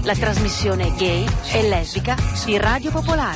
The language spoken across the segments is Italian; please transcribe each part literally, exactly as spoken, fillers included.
la trasmissione gay e lesbica di Radio Popolare.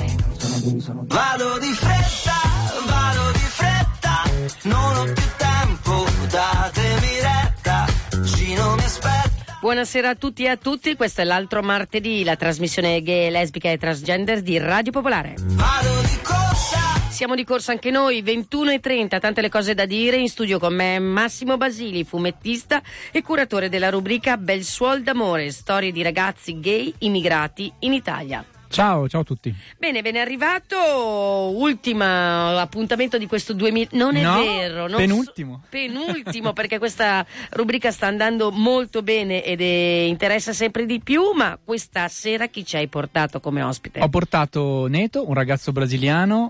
Vado di fretta, vado di fretta, non ho più tempo, datemi retta, Gino mi aspetta. Buonasera a tutti e a tutti, questo è l'altro martedì, la trasmissione gay, lesbica e transgender di Radio Popolare. Vado di corsa. Siamo di corsa anche noi, ventuno e trenta, tante le cose da dire. In studio con me Massimo Basili, fumettista e curatore della rubrica Bel Suol d'amore, storie di ragazzi gay immigrati in Italia. Ciao, ciao a tutti. Bene, ben arrivato, ultimo appuntamento di questo duemila... Non è no, vero. Non penultimo. So, penultimo, perché questa rubrica sta andando molto bene ed è, interessa sempre di più, ma questa sera chi ci hai portato come ospite? Ho portato Neto, un ragazzo brasiliano.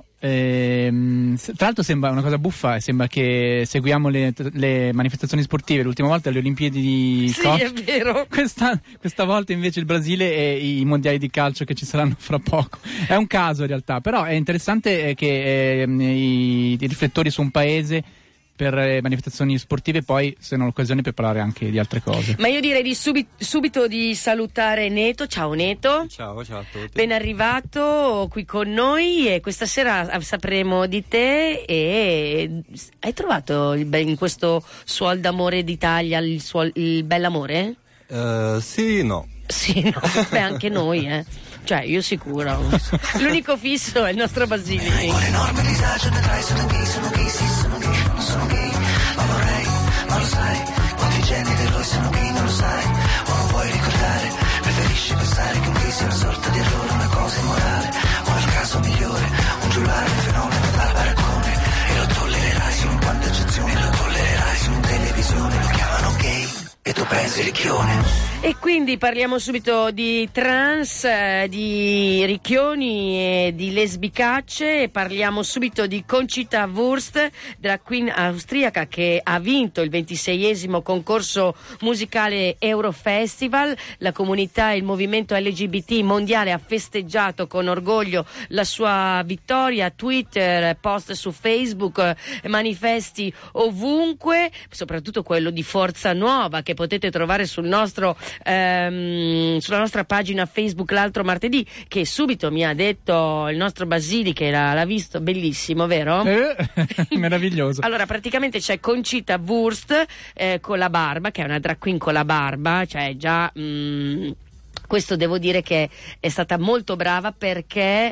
Ehm, tra l'altro sembra una cosa buffa, sembra che seguiamo le, le manifestazioni sportive. L'ultima volta alle Olimpiadi di Sì, Koch. è vero. Questa, questa volta invece il Brasile e i mondiali di calcio che ci saranno fra poco. È un caso in realtà, però è interessante che eh, i, i riflettori su un paese per le manifestazioni sportive poi siano l'occasione per parlare anche di altre cose. Ma io direi di subi- subito di salutare Neto. Ciao Neto. Ciao, ciao a tutti. Ben arrivato qui con noi e questa sera sapremo di te. E hai trovato il be- in questo suol d'amore d'Italia il, suol- il bell'amore? Uh, sì, no. Sì, no, beh, anche noi, eh. Cioè, io sicuro. L'unico fisso è il nostro Basili. Un enorme disagio dentro sono gay, sono gay, sì, sono gay, non sono gay, ma vorrei, ma lo sai, quanti geni ed eroi sono gay, non lo sai, o non vuoi ricordare, preferisci pensare che un gay sia una sorta di errore, una cosa immorale, o nel caso migliore, un giullare, un fenomeno dal barcone, e lo tollererai solo in quante eccezioni, lo tollererai solo in televisione, lo chiamano gay, e tu pensi ricchione. E quindi parliamo subito di trans, eh, di ricchioni e di lesbicacce, e parliamo subito di Conchita Wurst, drag queen austriaca che ha vinto il ventiseiesimo concorso musicale Eurofestival. La comunità e il movimento L G B T mondiale ha festeggiato con orgoglio la sua vittoria, Twitter, post su Facebook, manifesti ovunque, soprattutto quello di Forza Nuova che potete trovare sul nostro Ehm, sulla nostra pagina Facebook l'altro martedì, che subito mi ha detto il nostro Basili che l'ha, l'ha visto, bellissimo, vero? Eh, meraviglioso. Allora, praticamente c'è Conchita Wurst eh, con la barba, che è una drag queen con la barba, cioè già mh, questo devo dire che è stata molto brava, perché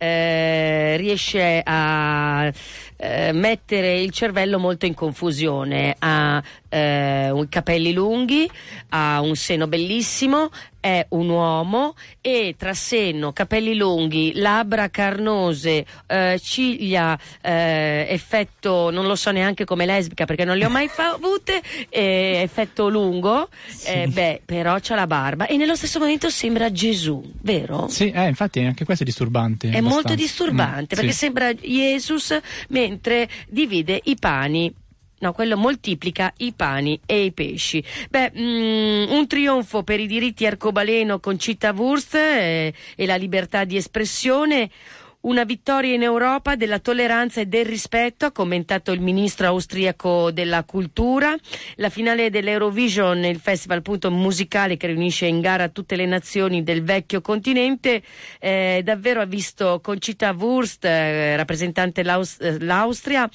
Eh, riesce a eh, mettere il cervello molto in confusione. Ha eh, i capelli lunghi, ha un seno bellissimo, è un uomo e tra seno, capelli lunghi, labbra carnose, eh, ciglia, eh, effetto, non lo so neanche come lesbica perché non le ho mai fa- avute, eh, effetto lungo, sì. eh, beh, però c'ha la barba e nello stesso momento sembra Gesù, vero? Sì, eh, infatti anche questo è disturbante. È abbastanza. molto disturbante, mm, perché sì. sembra Jesus mentre divide i pani. No, quello moltiplica i pani e i pesci. Beh, mm, un trionfo per i diritti arcobaleno Conchita Wurst eh, e la libertà di espressione. Una vittoria in Europa della tolleranza e del rispetto, ha commentato il ministro austriaco della cultura. La finale dell'Eurovision, il festival appunto musicale che riunisce in gara tutte le nazioni del vecchio continente, eh, davvero ha visto Conchita Wurst, eh, rappresentante l'Aus- l'Austria,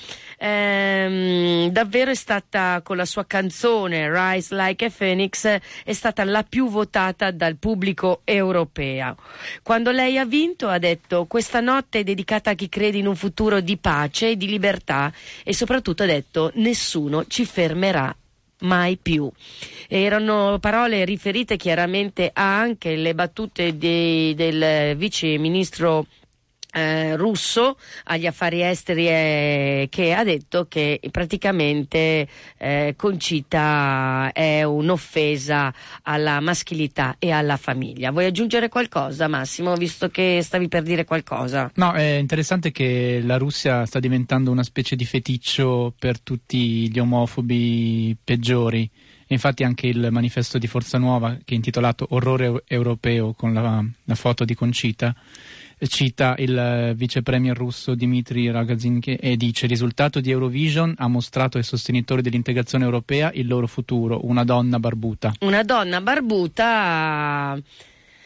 ehm, davvero è stata, con la sua canzone Rise Like a Phoenix, è stata la più votata dal pubblico europeo. Quando lei ha vinto ha detto: questa notte è dedicata a chi crede in un futuro di pace e di libertà, e soprattutto ha detto: nessuno ci fermerà mai più. Erano parole riferite chiaramente anche alle battute di, del vice ministro Eh, russo agli affari esteri, eh, che ha detto che praticamente eh, Conchita è un'offesa alla maschilità e alla famiglia. Vuoi aggiungere qualcosa, Massimo, visto che stavi per dire qualcosa? No, è interessante che la Russia sta diventando una specie di feticcio per tutti gli omofobi peggiori. Infatti anche il manifesto di Forza Nuova, che è intitolato Orrore Europeo, con la, la foto di Conchita, cita il vice premier russo Dmitry Rogozin e dice: il risultato di Eurovision ha mostrato ai sostenitori dell'integrazione europea il loro futuro, una donna barbuta. Una donna barbuta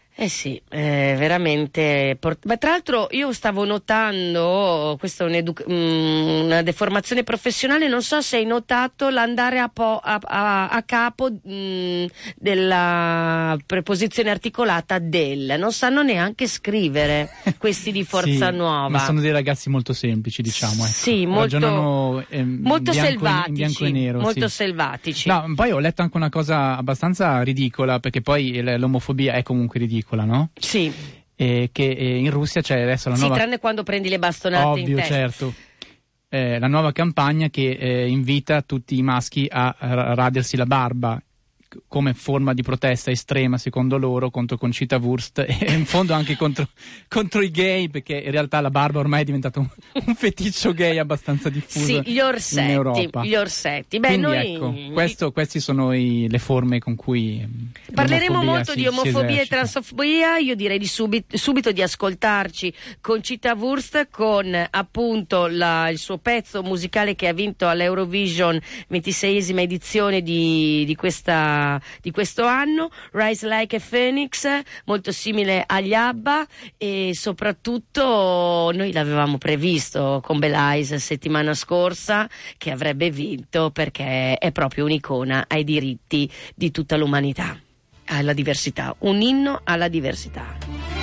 Eh sì, eh, veramente. Port- Ma tra l'altro io stavo notando, questa è un'edu- mh, una deformazione professionale, non so se hai notato l'andare a, po- a-, a-, a capo mh, della preposizione articolata del. Non sanno neanche scrivere questi di Forza Sì, Nuova. ma sono dei ragazzi molto semplici, diciamo. Ecco. Sì, molto, Ragionano ehm, molto bianco selvatici. in, in bianco e nero. Molto sì. selvatici. No, poi ho letto anche una cosa abbastanza ridicola, perché poi l- l'omofobia è comunque ridicola, no? Sì. E che eh, in Russia c'è adesso la Sì, nuova... tranne quando prendi le bastonate in Ovvio, testa. certo. Eh, la nuova campagna che eh, invita tutti i maschi a r- radersi la barba c- come forma di protesta estrema, secondo loro, contro Conchita Wurst e in fondo anche contro, contro i gay, perché in realtà la barba ormai è diventato un, un feticcio gay abbastanza diffuso Sì, gli in orsetti, Europa. gli orsetti. Beh, Quindi noi ecco, questo, questi sono i, le forme con cui eh, parleremo l'omofobia molto si- di si omofobia e esercita. transfobia. Io direi di subito, subito di ascoltarci Conchita Wurst con appunto la, il suo pezzo musicale che ha vinto all'Eurovision ventiseiesima edizione di, di, questa, di questo anno, Rise Like a Phoenix, molto simile agli ABBA, e soprattutto noi l'avevamo previsto con Belize settimana scorsa che avrebbe vinto, perché è proprio un'icona ai diritti di tutta l'umanità, alla diversità, un inno alla diversità.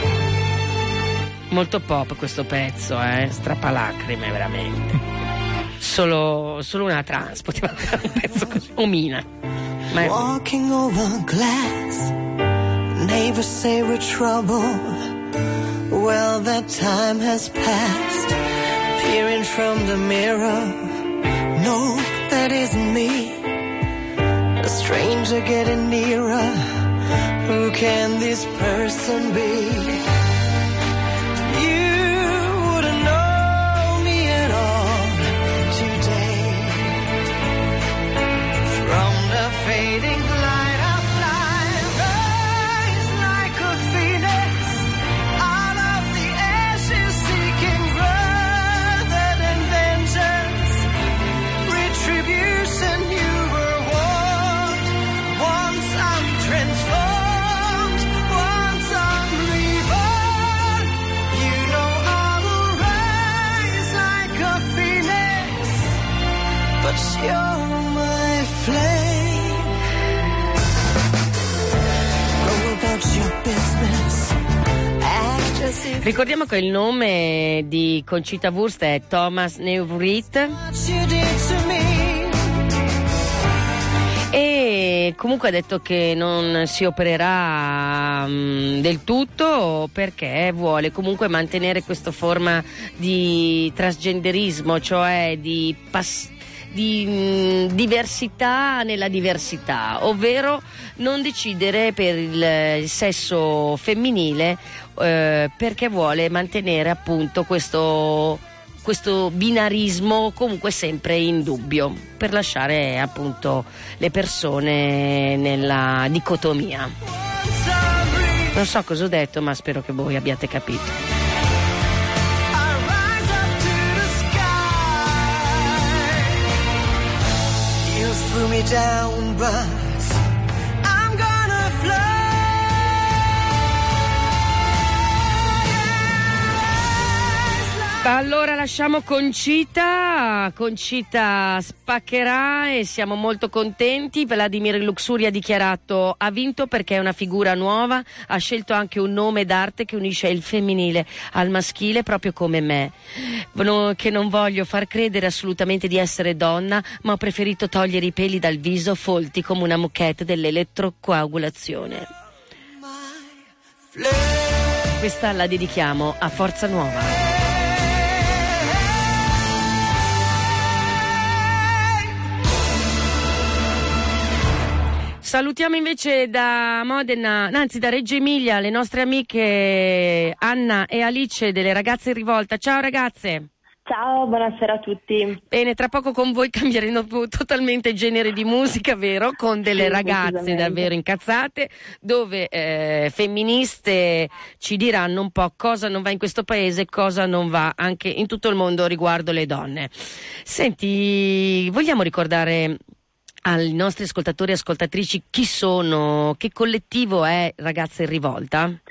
Molto pop questo pezzo, eh? Strappalacrime veramente. Solo, solo una trans poteva fare un pezzo così, o Mina. Ma è... Walking over glass, neighbors say we're trouble. Well, that time has passed. Peering from the mirror, no, that isn't me. A stranger getting nearer. Who can this person be? You wouldn't know me at all today. From the fading light of life, rise like a phoenix out of the ashes, seeking rather than vengeance, retribution you were warned. Once I'm transformed, once I'm reborn, you know I will rise like a phoenix, but you're my flame. Go about your business. Act as if Ricordiamo che il nome di Conchita Wurst è Thomas Neuwirth, what you did to me. e comunque ha detto che non si opererà mm, del tutto, perché vuole comunque mantenere questa forma di transgenderismo, cioè di, pass- di mm, diversità nella diversità, ovvero non decidere per il, il sesso femminile, eh, perché vuole mantenere appunto questo questo binarismo comunque sempre in dubbio, per lasciare appunto le persone nella dicotomia. Non so cosa ho detto, ma spero che voi abbiate capito. I rise up to the sky. You threw me down, but I'm gonna fly. Allora lasciamo Conchita, Conchita spaccherà e siamo molto contenti. Vladimir Luxury ha dichiarato: ha vinto perché è una figura nuova, ha scelto anche un nome d'arte che unisce il femminile al maschile, proprio come me, no, che non voglio far credere assolutamente di essere donna, ma ho preferito togliere i peli dal viso folti come una moquette dell'elettrocoagulazione. Questa la dedichiamo a Forza Nuova. Salutiamo invece da Modena, anzi da Reggio Emilia, le nostre amiche Anna e Alice delle Ragazze in Rivolta. Ciao ragazze! Ciao, buonasera a tutti. Bene, tra poco con voi cambieremo totalmente genere di musica, vero? Con delle Sì, ragazze decisamente. davvero incazzate, dove eh, femministe ci diranno un po' cosa non va in questo paese, cosa non va anche in tutto il mondo riguardo le donne. Senti, vogliamo ricordare ai nostri ascoltatori e ascoltatrici chi sono, che collettivo è Ragazze in Rivolta?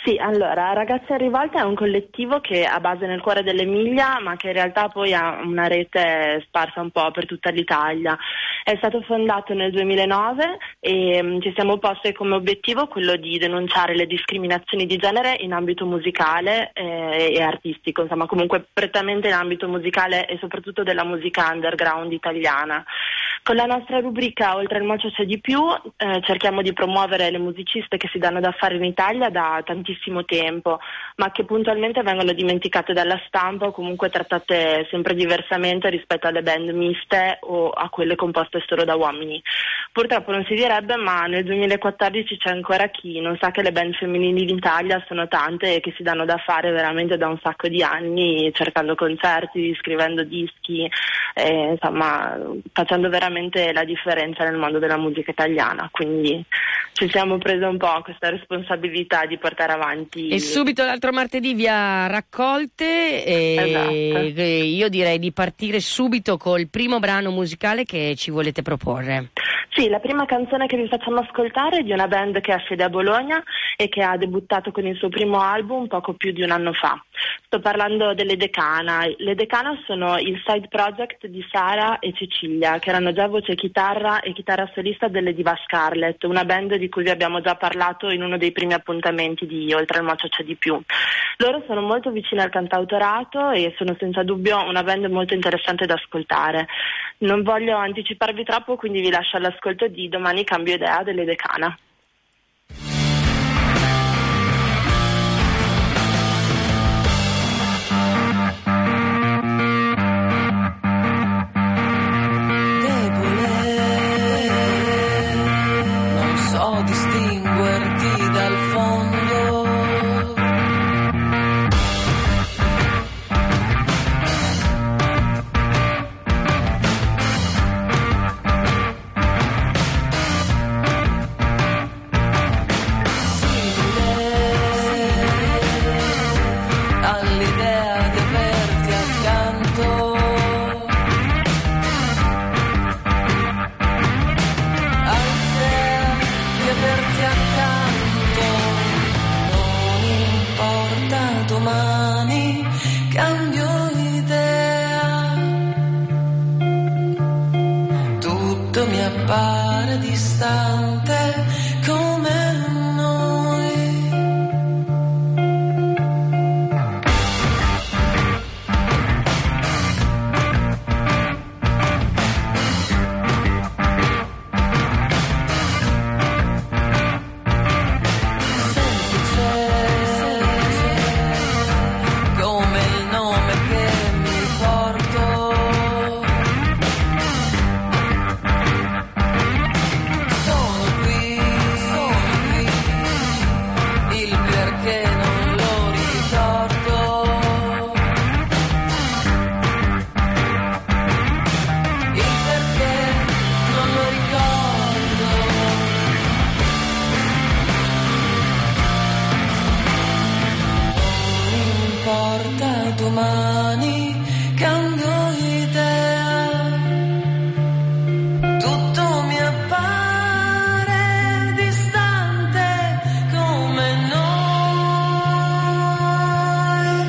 Sì, allora, Ragazze in Rivolta è un collettivo che ha base nel cuore dell'Emilia, ma che in realtà poi ha una rete sparsa un po' per tutta l'Italia. È stato fondato nel duemilanove e mh, ci siamo posti come obiettivo quello di denunciare le discriminazioni di genere in ambito musicale eh, e artistico, insomma comunque prettamente in ambito musicale e soprattutto della musica underground italiana. Con la nostra rubrica Oltre il Mocio c'è di più eh, cerchiamo di promuovere le musiciste che si danno da fare in Italia da tantissimo tempo, ma che puntualmente vengono dimenticate dalla stampa o comunque trattate sempre diversamente rispetto alle band miste o a quelle composte solo da uomini. Purtroppo non si direbbe, ma nel duemilaquattordici c'è ancora chi non sa che le band femminili in Italia sono tante e che si danno da fare veramente da un sacco di anni, cercando concerti, scrivendo dischi, eh, insomma facendo veramente la differenza nel mondo della musica italiana. Quindi ci siamo prese un po' questa responsabilità di portare avanti. E subito l'altro martedì vi ha raccolte e Esatto. io direi di partire subito col primo brano musicale che ci volete proporre. Sì, la prima canzone che vi facciamo ascoltare è di una band che ha sede a Bologna e che ha debuttato con il suo primo album poco più di un anno fa. Sto parlando delle Decana. Le Decana sono il side project di Sara e Cecilia, che erano già voce chitarra e chitarra solista delle Diva Scarlet, una band di cui vi abbiamo già parlato in uno dei primi appuntamenti di Oltre il Mocio c'è di più. Loro sono molto vicini al cantautorato e sono senza dubbio una band molto interessante da ascoltare. Non voglio anticiparvi troppo, quindi vi lascio all'ascolto di Domani cambio idea delle Decana. Distinguerti dal fondo, all'idea di averti accanto, all'idea di averti accanto. Non importa domani, cambio idea, tutto mi appare distante come noi. Come il nome che mi porto, sono qui, sono qui, il perché non lo ricordo, il perché non lo ricordo. Non importa domani, cambio idea, tutto mi appare distante come noi.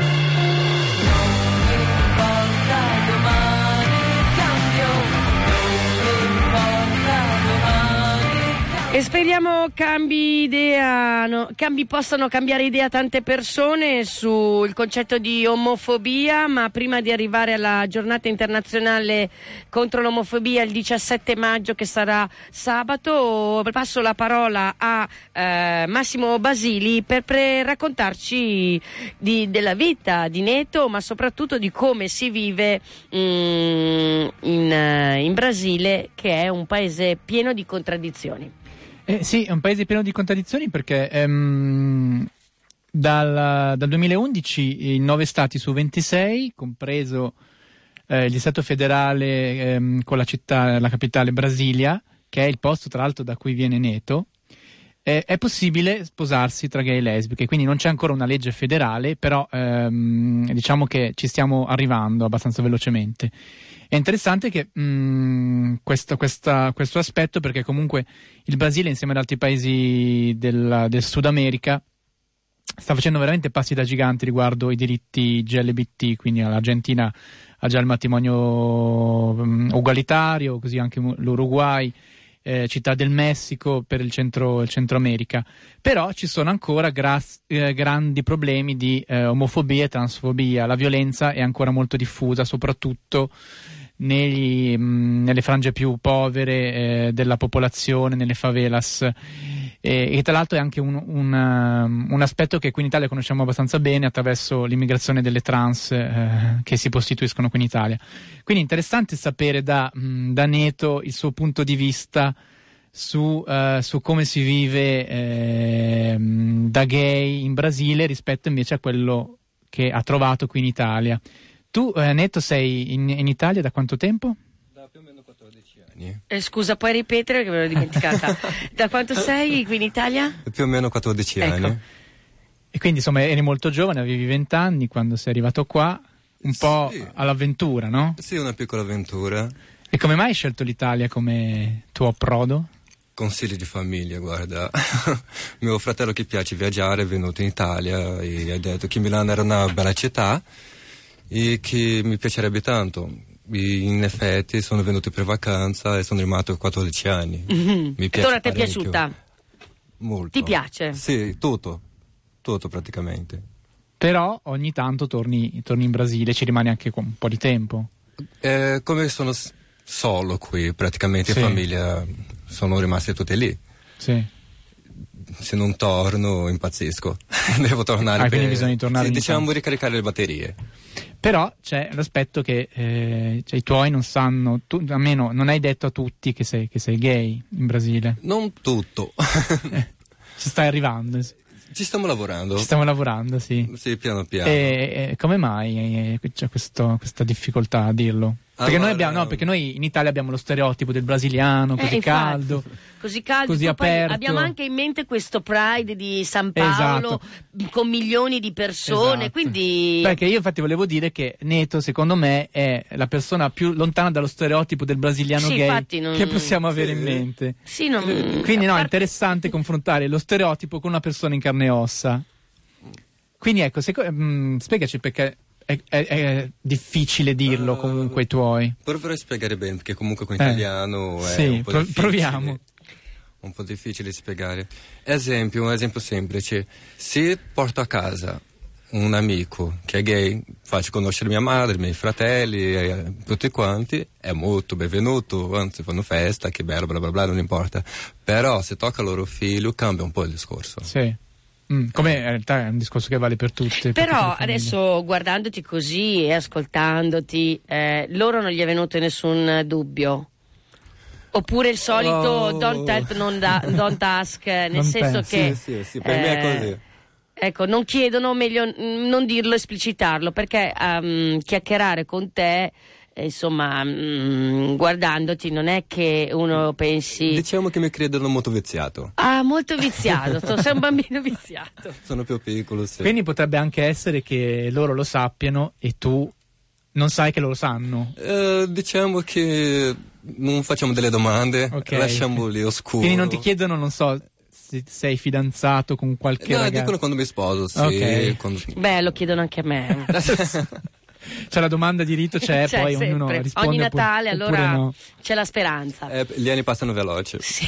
Non importa domani, cambio, non importa domani. E speriamo cambi idea, no, cambi possano cambiare idea tante persone sul concetto di omofobia, ma prima di arrivare alla giornata internazionale contro l'omofobia il diciassette maggio, che sarà sabato, passo la parola a eh, Massimo Basili per pre- raccontarci di, della vita di Neto, ma soprattutto di come si vive mm, in, eh, in Brasile, che è un paese pieno di contraddizioni. Eh, sì, è un paese pieno di contraddizioni perché ehm, dal, dal duemilaundici in nove stati su ventisei, compreso eh, il Stato federale ehm, con la città, la capitale Brasilia, che è il posto tra l'altro da cui viene Neto, eh, è possibile sposarsi tra gay e lesbiche, quindi non c'è ancora una legge federale, però ehm, diciamo che ci stiamo arrivando abbastanza velocemente. È interessante che mh, questo, questa, questo aspetto, perché comunque il Brasile, insieme ad altri paesi del, del Sud America, sta facendo veramente passi da gigante riguardo i diritti G L B T, quindi l'Argentina ha già il matrimonio um, ugualitario, così anche l'Uruguay, eh, Città del Messico per il centro, il Centro America. Però ci sono ancora gra- eh, grandi problemi di eh, omofobia e transfobia. La violenza è ancora molto diffusa, soprattutto negli, mh, nelle frange più povere eh, della popolazione, nelle favelas. E, e tra l'altro è anche un, un, uh, un aspetto che qui in Italia conosciamo abbastanza bene attraverso l'immigrazione delle trans eh, che si prostituiscono qui in Italia. Quindi interessante sapere da, mh, da Neto il suo punto di vista su, uh, su come si vive eh, da gay in Brasile rispetto invece a quello che ha trovato qui in Italia. Tu, eh, Neto, sei in, in Italia da quanto tempo? Da più o meno quattordici anni. Eh, scusa, puoi ripetere che me l'ho dimenticata. Da quanto sei qui in Italia? Più o meno quattordici Ecco. anni. E quindi insomma eri molto giovane, avevi venti anni quando sei arrivato qua, un po' Sì. all'avventura, no? Sì, una piccola avventura. E come mai hai scelto l'Italia come tuo approdo? Consigli di famiglia, guarda. Mio fratello che piace viaggiare è venuto in Italia e ha detto che Milano era una bella città e che mi piacerebbe tanto. In effetti sono venuto per vacanza e sono rimasto quattordici anni. Mm-hmm. Mi E piace ora ti è parecchio. piaciuta? Molto. Ti piace? Sì, tutto. Tutto praticamente. Però ogni tanto torni, torni in Brasile, ci rimani anche con un po' di tempo. Eh, come sono s- solo qui, praticamente Sì. in famiglia sono rimaste tutte lì. Sì. Se non torno impazzisco. Devo tornare Ah, per... quindi bisogna tornare sì, ogni diciamo tanto. ricaricare le batterie. Però c'è l'aspetto che eh, cioè, i tuoi non sanno, tu, almeno non hai detto a tutti che sei, che sei gay in Brasile. Non tutto. Ci stai arrivando, sì. Ci stiamo lavorando. Ci stiamo lavorando, sì. Sì, piano piano. E, e come mai eh, c'è questo, questa difficoltà a dirlo? Perché, Allora- noi abbiamo, no, perché noi in Italia abbiamo lo stereotipo del brasiliano, così Eh, infatti, caldo. Così caldo, così poi aperto. abbiamo anche in mente questo Pride di San Paolo con milioni di persone, Esatto. quindi Perché io infatti volevo dire che Neto secondo me è la persona più lontana dallo stereotipo del brasiliano Sì, gay infatti non- che possiamo avere Sì. in mente. sì, non... Quindi no, a è parte- interessante confrontare lo stereotipo con una persona in carne e ossa. Quindi ecco, seco- mh, spiegaci perché è, è- è difficile dirlo Uh, comunque ai tuoi. Proverò a spiegare bene, perché comunque con Eh, italiano è sì, un po' pro- difficile. proviamo. Un po' difficile spiegare. Esempio, un esempio semplice. Se porto a casa un amico che è gay, faccio conoscere mia madre, i miei fratelli, eh, tutti quanti, è molto benvenuto, anzi fanno festa, che bello, bla bla bla, non importa. Però se tocca il loro figlio cambia un po' il discorso. Sì. Mm, come in realtà è un discorso che vale per tutte. per tutte le Però famiglie. adesso guardandoti così e ascoltandoti, eh, loro non gli è venuto nessun dubbio? Oppure il solito Oh. don't help, non da- don't ask, eh, nel Non senso penso. che... Sì, sì, sì, per me è così. Ecco, non chiedono, meglio mm, non dirlo, esplicitarlo, perché um, chiacchierare con te, eh, insomma, mm, guardandoti, non è che uno pensi... Diciamo che mi credono molto viziato. Ah, molto viziato, tu sei un bambino viziato. Sono più piccolo, sì. Quindi potrebbe anche essere che loro lo sappiano e tu non sai che loro sanno. Eh, diciamo che non facciamo delle domande, Ok. lasciamo lì oscuro. Quindi non ti chiedono, non so, se sei fidanzato con qualche No, ragazzo. dicono quando mi sposo, sì. Ok. quando- Beh, lo chiedono anche a me. Cioè la domanda di rito c'è, Cioè, poi ognuno sempre. risponde. Ogni oppure- Natale, oppure allora no. c'è la speranza. Eh, gli anni passano veloce. Sì.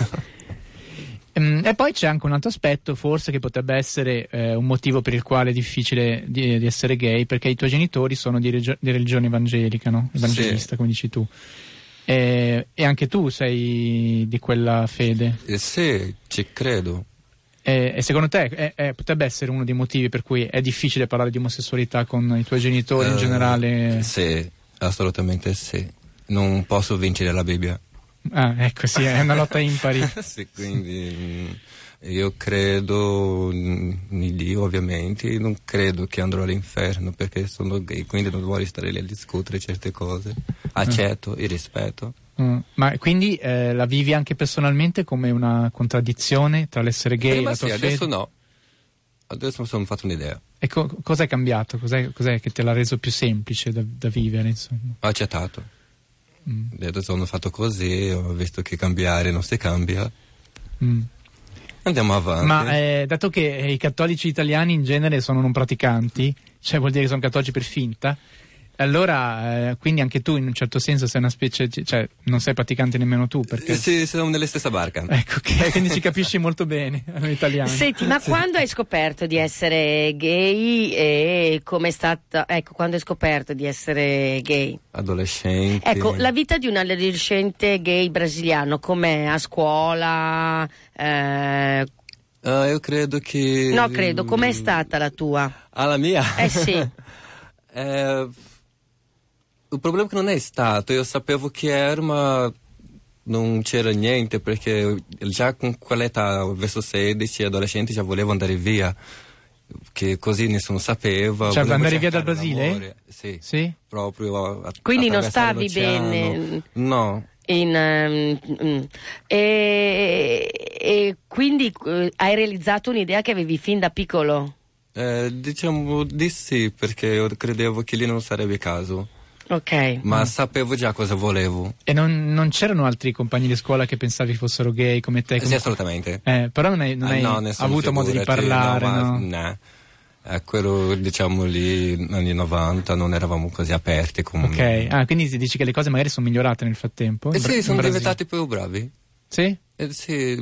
Mm, E poi c'è anche un altro aspetto, forse, che potrebbe essere eh, un motivo per il quale è difficile di, di essere gay, perché i tuoi genitori sono di, regio- di religione evangelica, no? Evangelista, Sì. come dici tu. E, e anche tu sei di quella fede. Eh, sì, ci credo. E, e secondo te è- è- potrebbe essere uno dei motivi per cui è difficile parlare di omosessualità con i tuoi genitori in Eh, generale? Sì, assolutamente sì. Non posso vincere la Bibbia. Ah, ecco, sì, è una lotta impari. Sì, quindi mm, io credo in Dio, ovviamente. Non credo che andrò all'inferno perché sono gay, quindi non voglio stare lì a discutere certe cose. Accetto e rispetto. Mm, Ma quindi eh, la vivi anche personalmente come una contraddizione tra l'essere gay e Prima la sì, tua adesso fede? no. Adesso mi sono fatto un'idea. E co- cos'è cambiato? Cos'è, cos'è che te l'ha reso più semplice da, da vivere, insomma? Ho accettato. Mm. Adesso sono fatto così, ho visto che cambiare non si cambia. Mm. Andiamo avanti. Ma eh, dato che i cattolici italiani in genere sono non praticanti, cioè vuol dire che sono cattolici per finta, allora eh, quindi anche tu in un certo senso sei una specie, cioè non sei praticante nemmeno tu, perché Sì, siamo nella stessa barca. ecco, ok, quindi ci capisci molto bene noi italiani. Senti, ma Sì. quando hai scoperto di essere gay e come è stata, ecco, quando hai scoperto di essere gay? Adolescenti. Ecco, la vita di un adolescente gay brasiliano, com'è a scuola? Eh, Ah, io credo che... no, credo, com'è stata la tua? Ah, la mia? Eh sì. Eh, il problema è che non è stato, io sapevo che era, ma non c'era niente, perché già con quell'età, verso sedici, adolescenti già volevo andare via, che così nessuno sapeva. Cioè, volevo andare via dal cercare Brasile? l'amore. Sì, Sì? proprio. a- Quindi non attraversare stavi l'oceano. bene? No. In, ehm, mm. e, e quindi eh, hai realizzato un'idea che avevi fin da piccolo? Eh, diciamo di sì, perché io credevo che lì non sarebbe caso, Ok. ma sapevo già cosa volevo. E non, non c'erano altri compagni di scuola che pensavi fossero gay come te? Eh, sì, Come- assolutamente. Eh, però non hai, non Ah, hai no, nessuno, avuto modo di figurati, parlare, no? no? Ma, no. Ecco, ero, diciamo lì, anni novanta, non eravamo così aperti come... Ok, ah, quindi si dici che le cose magari sono migliorate nel frattempo? Eh in Bra- sì, in sono Brasile? diventati più bravi. Sì? Eh sì,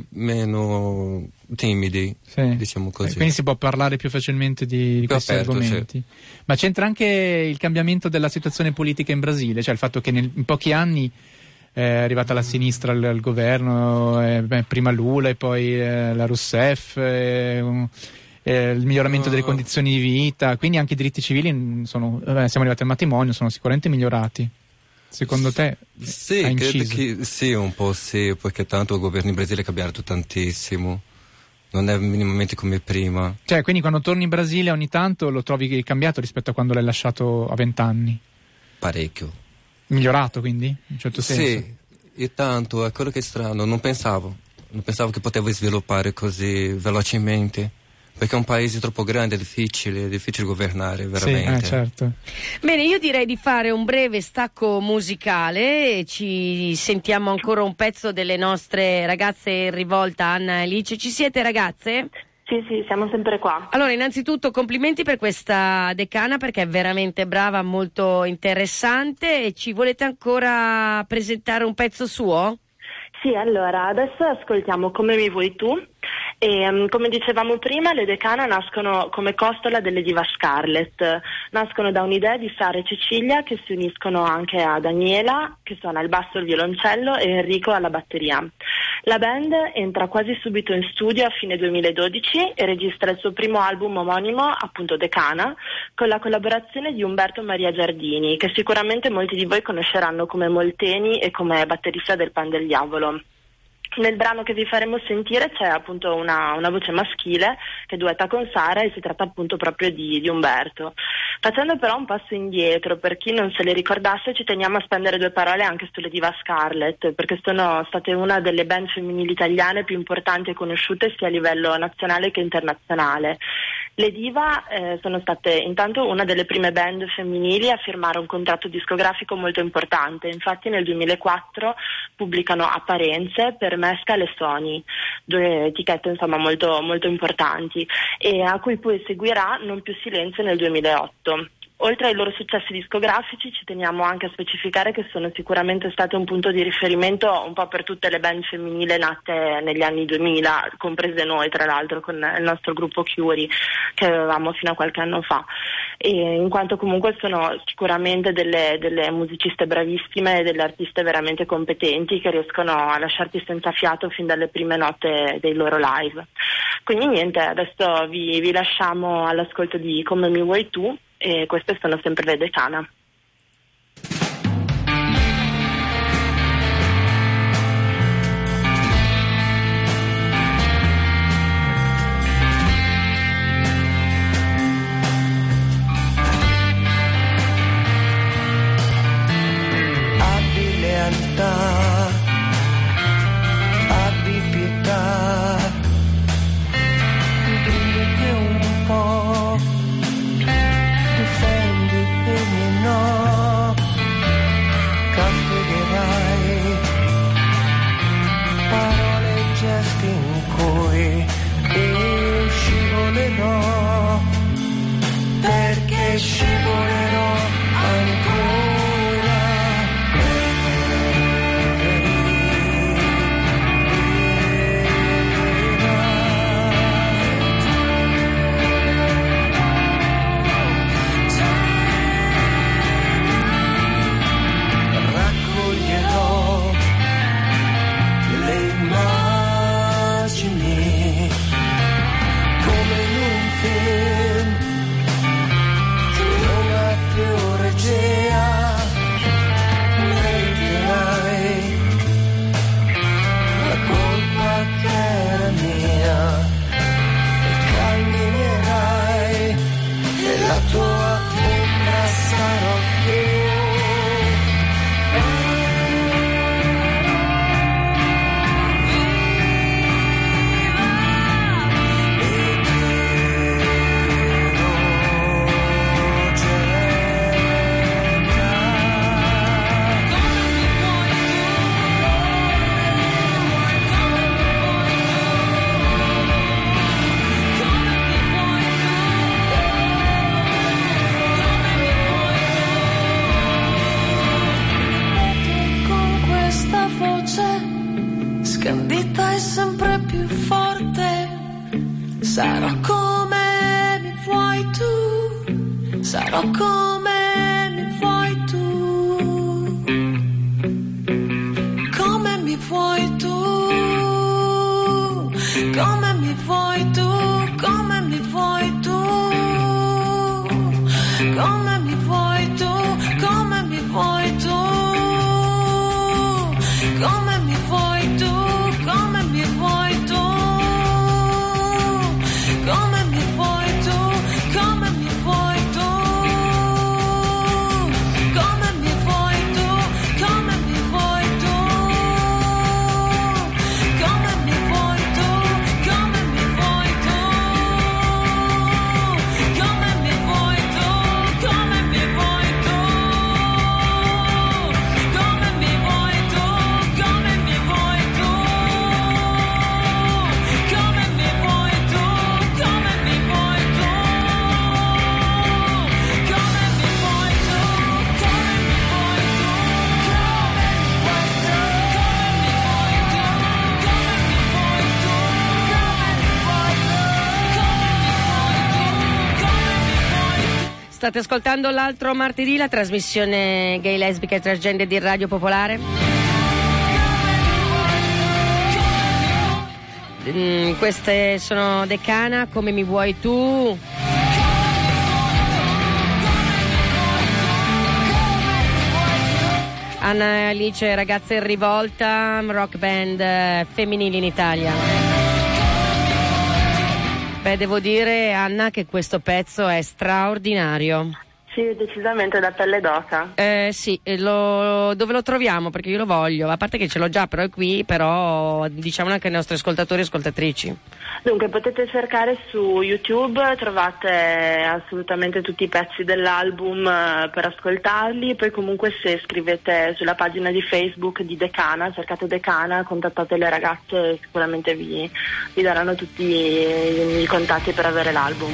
meno timidi, Sì. diciamo Eh, così. quindi si può parlare più facilmente di, di Più questi aperto, argomenti. Ma c'entra anche il cambiamento della situazione politica in Brasile, cioè il fatto che nel- in pochi anni è arrivata la sinistra al, al governo, eh, beh, prima Lula e poi eh, la Rousseff, eh, un- eh, il miglioramento delle condizioni di vita, quindi anche i diritti civili mm, sono, vabbè, siamo arrivati al matrimonio, sono sicuramente migliorati. Secondo te Sì, ha credo inciso? che sì, un po' sì, perché tanto il governo in Brasile è cambiato tantissimo. Non è minimamente come prima. Cioè, quindi quando torni in Brasile ogni tanto lo trovi cambiato rispetto a quando l'hai lasciato a vent'anni? Parecchio. Migliorato, quindi, in un certo senso? Sì, e tanto, è quello che è strano, non pensavo. Non pensavo che potevo sviluppare così velocemente. Perché è un paese troppo grande, è difficile, è difficile governare, veramente. Sì, eh, certo. Bene, io direi di fare un breve stacco musicale e ci sentiamo ancora un pezzo delle nostre ragazze in rivolta, Anna e Alice. Ci siete, ragazze? Sì, sì, siamo sempre qua. Allora, innanzitutto complimenti per questa decana perché è veramente brava, molto interessante. E ci volete ancora presentare un pezzo suo? Sì, allora, adesso ascoltiamo Come mi vuoi tu. E um, come dicevamo prima, le Decana nascono come costola delle diva Scarlett, nascono da un'idea di Sara e Cecilia che si uniscono anche a Daniela che suona il basso e il violoncello e Enrico alla batteria. La band entra quasi subito in studio a fine duemiladodici e registra il suo primo album omonimo, appunto Decana, con la collaborazione di Umberto Maria Giardini, che sicuramente molti di voi conosceranno come Molteni e come batterista del Pan del Diavolo. Nel brano che vi faremo sentire c'è appunto una, una voce maschile che duetta con Sara e si tratta appunto proprio di, di Umberto. Facendo però un passo indietro, per chi non se le ricordasse, ci teniamo a spendere due parole anche sulle diva Scarlett, perché sono state una delle band femminili italiane più importanti e conosciute sia a livello nazionale che internazionale. Le diva eh, sono state intanto una delle prime band femminili a firmare un contratto discografico molto importante, infatti nel duemilaquattro pubblicano Apparenze per Mescal e Sony, due etichette insomma molto, molto importanti, e a cui poi seguirà Non più silenzio nel duemilaotto. Oltre ai loro successi discografici ci teniamo anche a specificare che sono sicuramente state un punto di riferimento un po' per tutte le band femminili nate negli anni duemila, comprese noi tra l'altro con il nostro gruppo Curie che avevamo fino a qualche anno fa, e in quanto comunque sono sicuramente delle, delle musiciste bravissime e delle artiste veramente competenti che riescono a lasciarti senza fiato fin dalle prime note dei loro live. Quindi niente, adesso vi, vi lasciamo all'ascolto di Come mi vuoi tu, e queste sono sempre le Decana. Abbi lealtà, abbi pietà, dimmi che un po' difendi le mie e scivolerò ancora. Raccoglierò le immagini come in un film che non ha più regia, meriterai la colpa che era mia e camminerai e la tua ombra sarò io. Scandita e sempre più forte, sarò come mi vuoi tu, sarò come mi vuoi tu, come mi vuoi tu, come mi vuoi tu, come mi vuoi tu, come mi vuoi tu, come mi vuoi tu, come mi vuoi tu. Come mi vuoi tu, come mi vuoi tu, come mi vuoi tu, come mi vuoi tu, come mi vuoi tu, come mi vuoi tu, come mi vuoi tu, come mi vuoi tu, come mi vuoi tu, come mi vuoi tu, come mi vuoi tu. State ascoltando l'altro martedì, la trasmissione gay, lesbica e transgender di Radio Popolare. Mm, queste sono Decana, Come mi vuoi tu. Anna e Alice, Ragazze in rivolta, rock band eh, femminili in Italia. Beh, devo dire, Anna, che questo pezzo è straordinario. Sì, decisamente da pelle d'oca. Eh sì, lo, dove lo troviamo? Perché io lo voglio, a parte che ce l'ho già, però è qui, però diciamo anche ai nostri ascoltatori e ascoltatrici. Dunque, potete cercare su YouTube, trovate assolutamente tutti i pezzi dell'album eh, per ascoltarli, poi comunque se scrivete sulla pagina di Facebook di Decana, cercate Decana, contattate le ragazze, sicuramente vi, vi daranno tutti i, i contatti per avere l'album.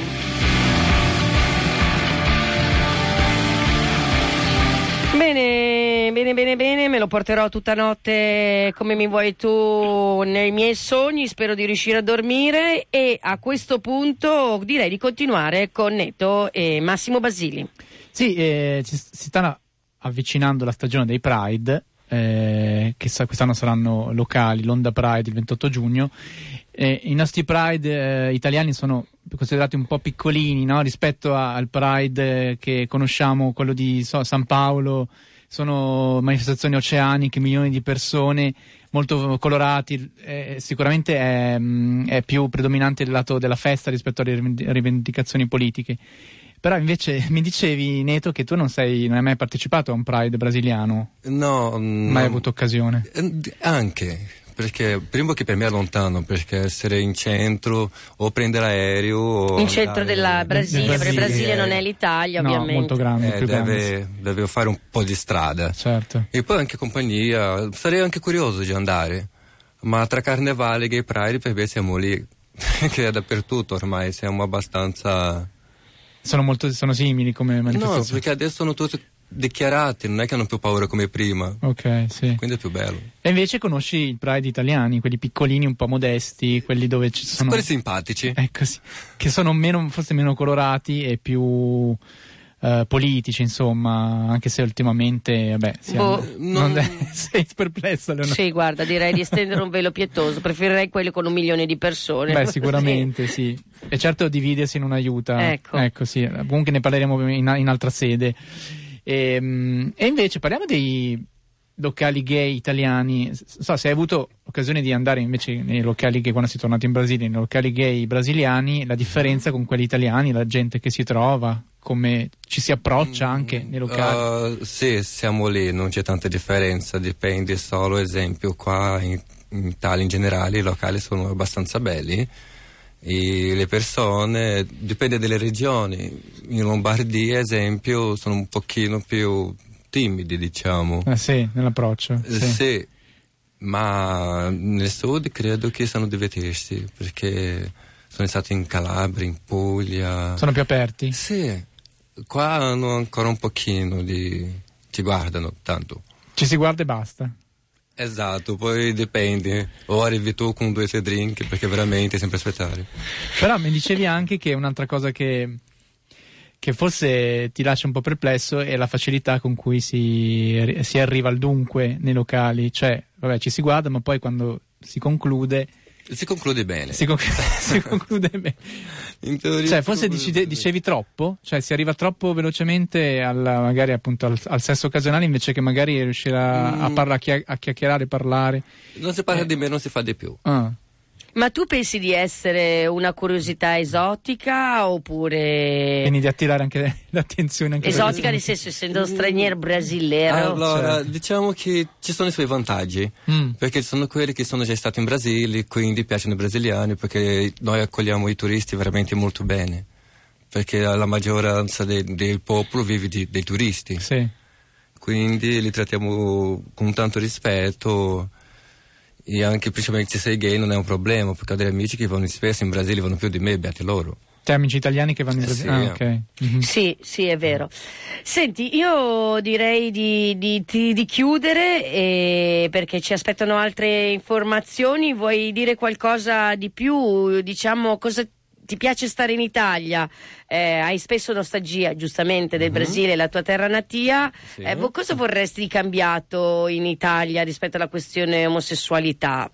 Bene, bene, bene, bene, me lo porterò tutta notte come mi vuoi tu nei miei sogni, spero di riuscire a dormire e a questo punto direi di continuare con Neto e Massimo Basili. Sì, eh, ci, si sta avvicinando la stagione dei Pride, eh, che sa, quest'anno saranno locali, l'Onda Pride il ventotto giugno. Eh, I nostri Pride eh, italiani sono considerati un po' piccolini, no? Rispetto a, al Pride eh, che conosciamo, quello di so, San Paolo. Sono manifestazioni oceaniche, milioni di persone, molto colorati, eh, sicuramente è, è più predominante il lato della festa rispetto alle rivendicazioni politiche. Però invece mi dicevi, Neto, che tu non sei, non hai mai partecipato a un Pride brasiliano? No. Mai no, avuto occasione? Anche, perché primo che per me è lontano, perché essere in centro o prendere aereo o in centro della Brasile, Brasile, perché il Brasile non è l'Italia, no, ovviamente. Molto grande, eh, più deve, grande. deve fare un po' di strada. Certo. E poi anche compagnia, sarei anche curioso di andare, ma tra Carnevale e Gay Pride per me siamo lì, che è dappertutto ormai, siamo abbastanza... Sono molto sono simili come manifestazioni? No, perché adesso sono tutti dichiarati, non è che hanno più paura come prima. Ok, sì. Quindi è più bello. E invece conosci il Pride italiani, quelli piccolini, un po' modesti, quelli dove ci sono... Quelli simpatici. Ecco, sì. Che sono meno, forse meno colorati e più uh, politici, insomma, anche se ultimamente, vabbè, siamo... Boh. non No. sei perplessa, Leonora? Sì, guarda, direi di estendere un velo pietoso, preferirei quelli con un milione di persone. Beh, sicuramente sì. E certo dividersi non aiuta. Ecco. Ecco, sì. Comunque ne parleremo in, in altra sede. E, e invece parliamo dei locali gay italiani. So, se hai avuto occasione di andare invece nei locali gay quando sei tornato in Brasile, nei locali gay brasiliani, la differenza con quelli italiani, la gente che si trova, come ci si approccia anche nei locali? Uh, sì, siamo lì, non c'è tanta differenza, dipende solo, esempio, qua in, in Italia in generale i locali sono abbastanza belli e le persone, dipende dalle regioni, in Lombardia, esempio, sono un pochino più timidi, diciamo. Ah, sì, nell'approccio. Sì. Sì. Sì, ma nel sud credo che sanno divertirsi, perché sono stato in Calabria, in Puglia. Sono più aperti? Sì, qua hanno ancora un pochino di... ci guardano tanto. Ci si guarda e basta. Esatto, poi dipende, o arrivi tu con due o tre drink, perché veramente è sempre aspettare. Però mi dicevi anche che un'altra cosa che, che forse ti lascia un po' perplesso è la facilità con cui si, si arriva al dunque nei locali. Cioè, vabbè, ci si guarda, ma poi quando si conclude... Si conclude bene. Si, conc- si conclude bene. In teoria Cioè, si forse conclude dici- bene. dicevi troppo? Cioè, si arriva troppo velocemente al, magari appunto al, al sesso occasionale invece che magari riuscire a, a, parla- a, chia- a chiacchierare, parlare. Non si parla Eh. di me, non si fa di più. Ah. Ma tu pensi di essere una curiosità esotica oppure Quindi di attirare anche l'attenzione. Anche esotica per- nel senso essendo straniero brasiliano? Allora, Certo. diciamo che ci sono i suoi vantaggi, Mm. perché ci sono quelli che sono già stati in Brasile, quindi piacciono i brasiliani, perché noi accogliamo i turisti veramente molto bene, perché la maggioranza de- del popolo vive di- dei turisti, Sì. quindi li trattiamo con tanto rispetto. E anche principalmente se sei gay non è un problema, perché ho degli amici che vanno spesso in Brasile, vanno più di me, beati loro. Te amici italiani che vanno in Eh, Brasile? sì. Ah, ok. Mhm. Sì, sì, è vero. Senti, io direi di, di- di- di chiudere eh, perché ci aspettano altre informazioni. Vuoi dire qualcosa di più? Diciamo, cosa ti piace stare in Italia? Eh, hai spesso nostalgia, giustamente, del Mhm. Brasile, la tua terra natia. Sì. Eh, vo- cosa vorresti di cambiato in Italia rispetto alla questione omosessualità?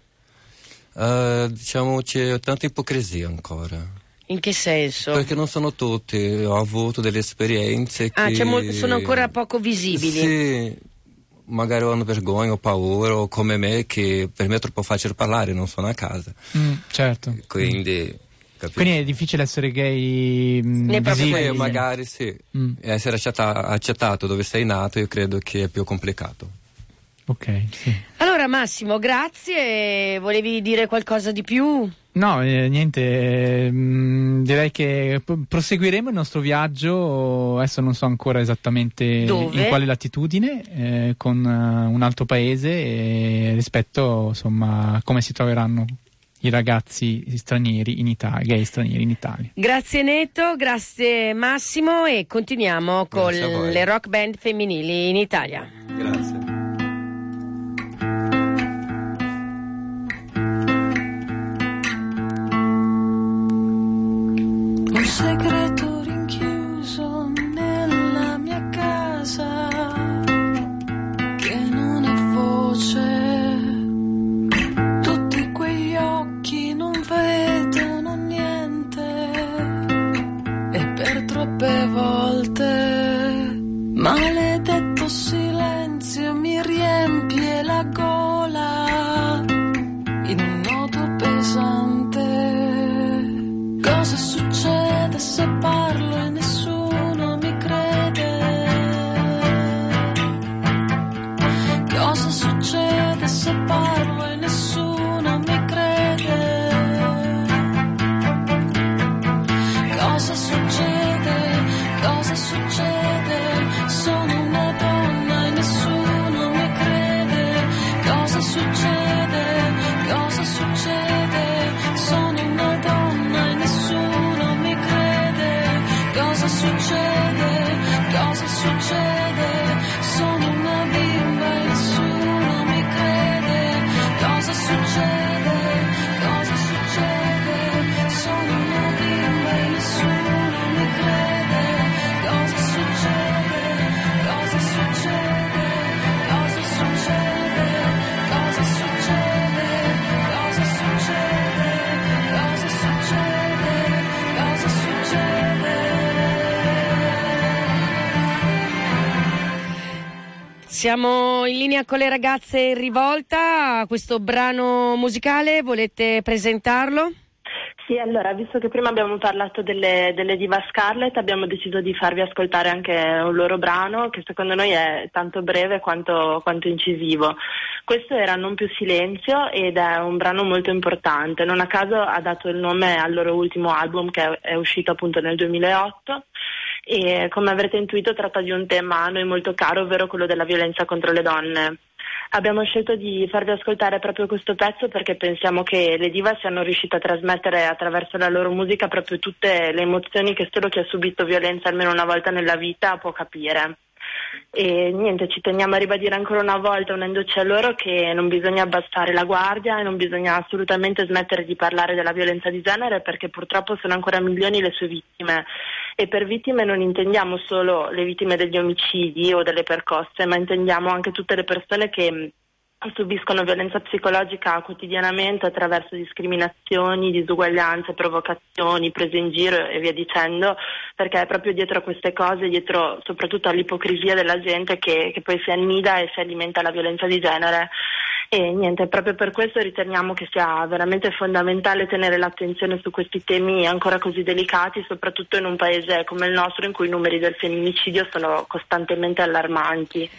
Eh, diciamo c'è tanta ipocrisia ancora. In che senso? Perché non sono tutti, ho avuto delle esperienze Ah, che... c'è mol- sono ancora poco visibili. Sì, magari hanno vergogna o paura, o come me, che per me è troppo facile parlare, non sono a casa. Mm, certo. Quindi, capito? Quindi è difficile essere gay mm, Ne proprio visibili. Sì, magari sì. Mm. Essere accettato, accettato dove sei nato, io credo che è più complicato. Ok, sì. Allora Massimo, grazie. Volevi dire qualcosa di più? No, eh, niente, eh, mh, direi che p- proseguiremo il nostro viaggio, adesso non so ancora esattamente Dove? in quale latitudine, eh, con eh, un altro paese e rispetto insomma a come si troveranno i ragazzi stranieri in Italia, gay stranieri in Italia. Grazie Neto, grazie Massimo e continuiamo con Grazie a voi. le rock band femminili in Italia. Grazie. Un segreto rinchiuso nella mia casa che non è voce. Tutti quegli occhi non vedono niente e per troppe volte maledetto silenzio mi riempie la gola in un nodo pesante. Cosa succede se parlo e nessuno mi crede? Cosa succede se parlo e nessuno mi crede? Cosa succede? Cosa succede? Sono una donna e nessuno mi crede. Cosa succede? Cosa succede? Sono una donna e nessuno mi crede. succede? Cosa succede? Sono una bimba e nessuno mi crede. Cosa succede? Cosa succede? Sono una bimba e nessuno mi crede. Cosa succede? Cosa succede? Cosa succede? Cosa succede? Cosa succede? Cosa succede? Cosa succede? Siamo in linea con le ragazze in rivolta. Questo brano musicale, volete presentarlo? Sì, allora, visto che prima abbiamo parlato delle, delle Diva Scarlet, abbiamo deciso di farvi ascoltare anche un loro brano che secondo noi è tanto breve quanto, quanto incisivo. Questo era Non più silenzio ed è un brano molto importante. Non a caso ha dato il nome al loro ultimo album che è, è uscito appunto nel duemilaotto e, come avrete intuito, tratta di un tema a noi molto caro, ovvero quello della violenza contro le donne. Abbiamo scelto di farvi ascoltare proprio questo pezzo perché pensiamo che le diva siano riuscite a trasmettere attraverso la loro musica proprio tutte le emozioni che solo chi ha subito violenza almeno una volta nella vita può capire. E niente, ci teniamo a ribadire ancora una volta, unendoci a loro, che non bisogna abbassare la guardia e non bisogna assolutamente smettere di parlare della violenza di genere, perché purtroppo sono ancora milioni le sue vittime. E per vittime non intendiamo solo le vittime degli omicidi o delle percosse, ma intendiamo anche tutte le persone che subiscono violenza psicologica quotidianamente attraverso discriminazioni, disuguaglianze, provocazioni, prese in giro e via dicendo, perché è proprio dietro a queste cose, dietro soprattutto all'ipocrisia della gente che, che poi si annida e si alimenta la violenza di genere. E niente, proprio per questo riteniamo che sia veramente fondamentale tenere l'attenzione su questi temi ancora così delicati, soprattutto in un paese come il nostro in cui i numeri del femminicidio sono costantemente allarmanti.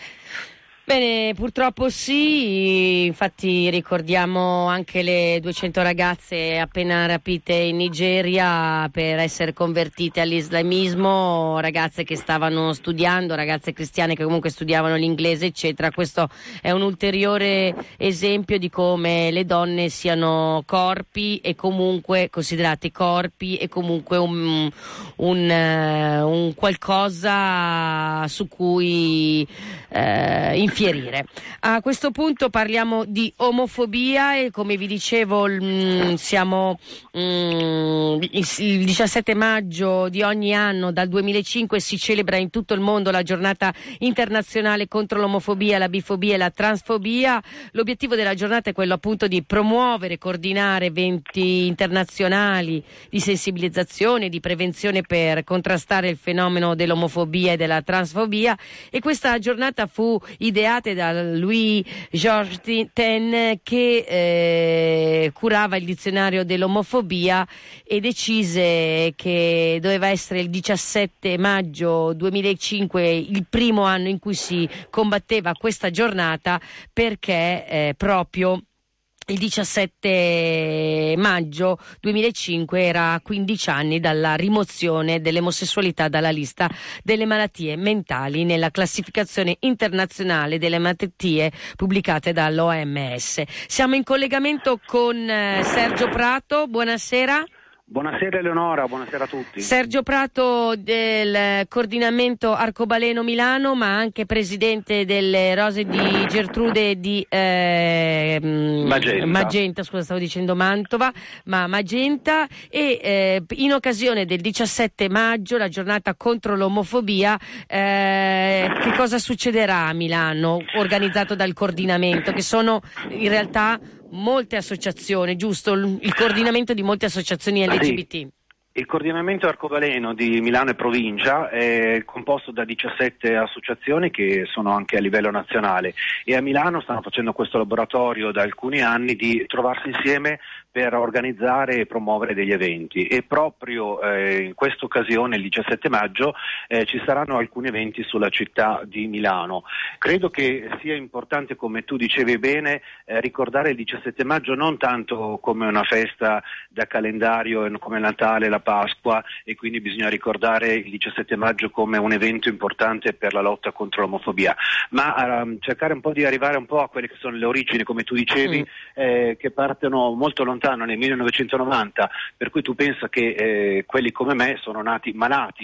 Bene, purtroppo sì, infatti ricordiamo anche le duecento ragazze appena rapite in Nigeria per essere convertite all'islamismo, ragazze che stavano studiando, ragazze cristiane che comunque studiavano l'inglese, eccetera. Questo è un ulteriore esempio di come le donne siano corpi e comunque considerati corpi e comunque un, un, un qualcosa su cui eh, infierire. A questo punto parliamo di omofobia e, come vi dicevo, mh, siamo mh, il diciassette maggio di ogni anno dal duemilacinque si celebra in tutto il mondo la giornata internazionale contro l'omofobia, la bifobia e la transfobia. L'obiettivo della giornata è quello appunto di promuovere e coordinare eventi internazionali di sensibilizzazione, di prevenzione per contrastare il fenomeno dell'omofobia e della transfobia, e questa giornata fu ideata da Louis Georges Ten, che eh, curava il dizionario dell'omofobia e decise che doveva essere il diciassette maggio duemilacinque il primo anno in cui si combatteva questa giornata, perché eh, proprio il diciassette maggio duemilacinque era a quindici anni dalla rimozione dell'omosessualità dalla lista delle malattie mentali nella classificazione internazionale delle malattie pubblicate dall'O M S. Siamo in collegamento con eh, Sergio Prato, buonasera. Buonasera Eleonora, buonasera a tutti. Sergio Prato del coordinamento Arcobaleno Milano, ma anche presidente delle Rose di Gertrude di eh, Magenta. Magenta, scusa, stavo dicendo Mantova, ma Magenta, e eh, in occasione del diciassette maggio, la giornata contro l'omofobia, eh, che cosa succederà a Milano, organizzato dal coordinamento, che sono in realtà molte associazioni, giusto? Il coordinamento di molte associazioni L G B T. Sì. Il coordinamento arcobaleno di Milano e provincia è composto da diciassette associazioni che sono anche a livello nazionale, e a Milano stanno facendo questo laboratorio da alcuni anni di trovarsi insieme per organizzare e promuovere degli eventi, e proprio eh, in questa occasione, il diciassette maggio, eh, ci saranno alcuni eventi sulla città di Milano. Credo che sia importante, come tu dicevi bene, eh, ricordare il diciassette maggio non tanto come una festa da calendario come Natale, la Pasqua, e quindi bisogna ricordare il diciassette maggio come un evento importante per la lotta contro l'omofobia, ma um, cercare un po' di arrivare un po' a quelle che sono le origini, come tu dicevi, mm. eh, che partono molto lontano, nel millenovecentonovanta, per cui tu pensa che eh, quelli come me sono nati malati,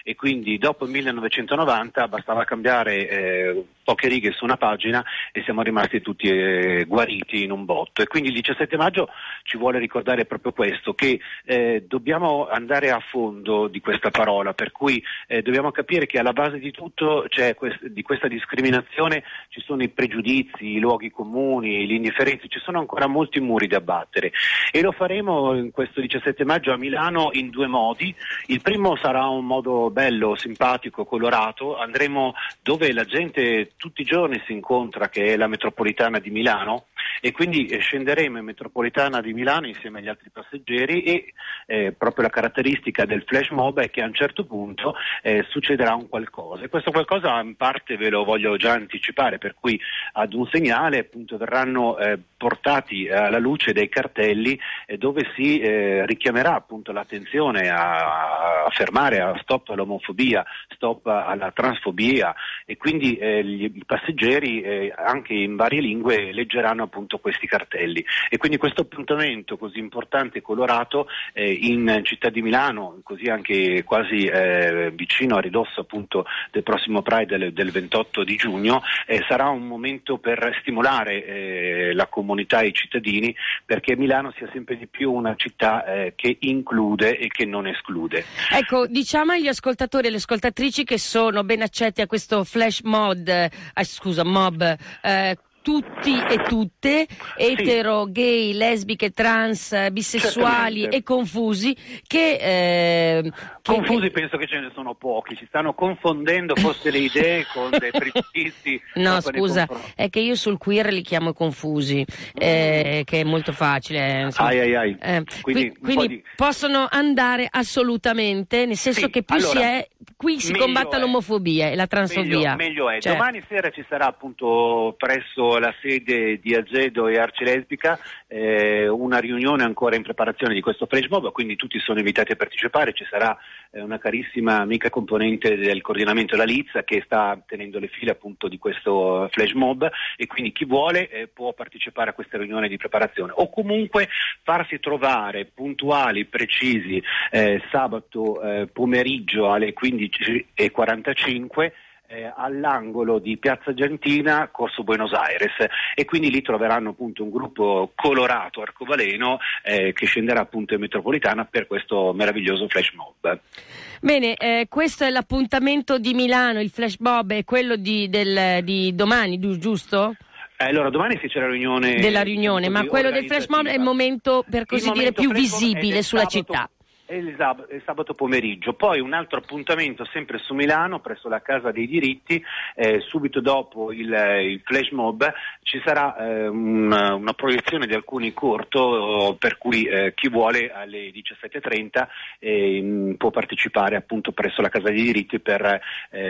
e quindi dopo il millenovecentonovanta bastava cambiare eh, poche righe su una pagina e siamo rimasti tutti eh, guariti in un botto. E quindi il diciassette maggio ci vuole ricordare proprio questo, che eh, dobbiamo andare a fondo di questa parola, per cui eh, dobbiamo capire che alla base di tutto c'è quest- di questa discriminazione ci sono i pregiudizi, i luoghi comuni, gli indifferenzi, ci sono ancora molti muri da abbattere e lo faremo in questo diciassette maggio a Milano in due modi. Il primo sarà un modo bello, simpatico, colorato, andremo dove la gente tutti i giorni si incontra, che è la metropolitana di Milano, e quindi eh, scenderemo in metropolitana di Milano insieme agli altri passeggeri e eh, proprio la caratteristica del flash mob è che a un certo punto eh, succederà un qualcosa, e questo qualcosa in parte ve lo voglio già anticipare, per cui ad un segnale appunto verranno eh, portati alla luce dei cartelli eh, dove si eh, richiamerà appunto l'attenzione a, a fermare, a stop all'omofobia, stop alla transfobia, e quindi eh, gli, i passeggeri eh, anche in varie lingue leggeranno appunto questi cartelli, e quindi questo appuntamento così importante e colorato eh, in città di Milano, così anche quasi eh, vicino a ridosso appunto del prossimo Pride del, del ventotto di giugno, eh, sarà un momento per stimolare eh, la comunità e i cittadini, perché Milano sia sempre di più una città eh, che include e che non esclude. Ecco, diciamo agli ascoltatori e alle ascoltatrici che sono ben accetti a questo flash mod, eh, scusa, mob, eh, tutti e tutte, etero, sì, gay, lesbiche, trans, bisessuali e confusi, che, eh, che... Confusi penso che ce ne sono pochi, ci stanno confondendo forse le idee con dei pregiudizi. No, scusa, è che io sul queer li chiamo confusi, eh, che è molto facile. Insomma. Ai ai ai. Eh, quindi qui, quindi di... possono andare assolutamente, nel senso sì, che più allora, si è, qui si combatte è. l'omofobia e la transfobia. Meglio, meglio è. Cioè... Domani sera ci sarà appunto presso la sede di Azedo e Arcelesbica eh, una riunione ancora in preparazione di questo flash mob, quindi tutti sono invitati a partecipare. Ci sarà eh, una carissima amica componente del coordinamento La Lizza che sta tenendo le file appunto di questo flash mob, e quindi chi vuole eh, può partecipare a questa riunione di preparazione o comunque farsi trovare puntuali, precisi eh, sabato eh, pomeriggio alle quindici e quarantacinque Eh, all'angolo di Piazza Argentina, Corso Buenos Aires, e quindi lì troveranno appunto un gruppo colorato arcobaleno eh, che scenderà appunto in metropolitana per questo meraviglioso flash mob. Bene, eh, questo è l'appuntamento di Milano, il flash mob è quello di, del, di domani, giusto? Eh, allora domani sì c'è la riunione della riunione, ma quello del flash mob è il momento per così dire più visibile sulla sabato, città. È il, sab- il sabato pomeriggio. Poi un altro appuntamento sempre su Milano presso la Casa dei Diritti, eh, subito dopo il, il flash mob ci sarà eh, una, una proiezione di alcuni corto, per cui eh, chi vuole alle diciassette e trenta eh, può partecipare appunto presso la Casa dei Diritti per,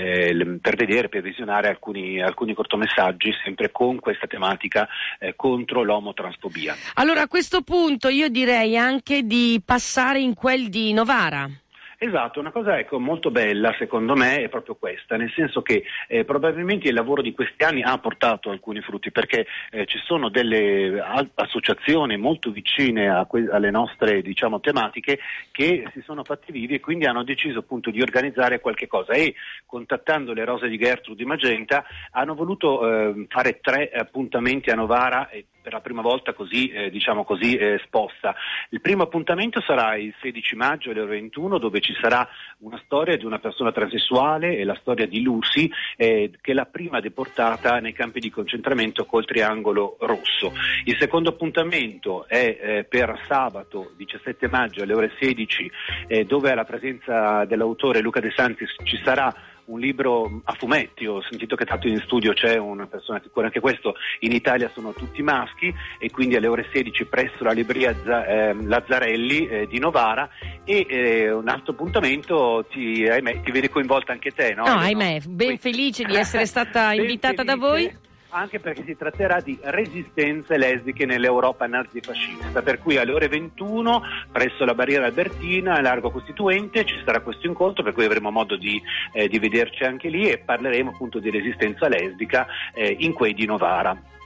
eh, per vedere, per visionare alcuni, alcuni cortomessaggi sempre con questa tematica eh, contro l'omotransfobia. Allora a questo punto io direi anche di passare in quel di Novara. Esatto, una cosa ecco molto bella secondo me è proprio questa, nel senso che eh, probabilmente il lavoro di questi anni ha portato alcuni frutti, perché eh, ci sono delle a- associazioni molto vicine a que- alle nostre diciamo tematiche che si sono fatti vivi e quindi hanno deciso appunto di organizzare qualche cosa, e contattando le Rose di Gertrude di Magenta hanno voluto eh, fare tre appuntamenti a Novara e per la prima volta così eh, diciamo così eh, esposta. Il primo appuntamento sarà il sedici maggio alle ore ventuno, dove ci sarà una storia di una persona transessuale e la storia di Lucy, eh, che è la prima deportata nei campi di concentramento col triangolo rosso. Il secondo appuntamento è eh, per sabato diciassette maggio alle ore sedici, eh, dove alla presenza dell'autore Luca De Santis ci sarà un libro a fumetti. Ho sentito che tanto in studio c'è una persona che cura anche questo. In Italia sono tutti maschi, e quindi alle ore sedici presso la libreria Z- eh, Lazzarelli eh, di Novara. E eh, un altro appuntamento, ti, ahimè, ti vedi coinvolta anche te, no? No, ahimè, ben felice di essere stata invitata da voi. Anche perché si tratterà di resistenze lesbiche nell'Europa nazifascista, per cui alle ore ventuno presso la barriera albertina a Largo Costituente ci sarà questo incontro, per cui avremo modo di, eh, di vederci anche lì e parleremo appunto di resistenza lesbica eh, in quei di Novara.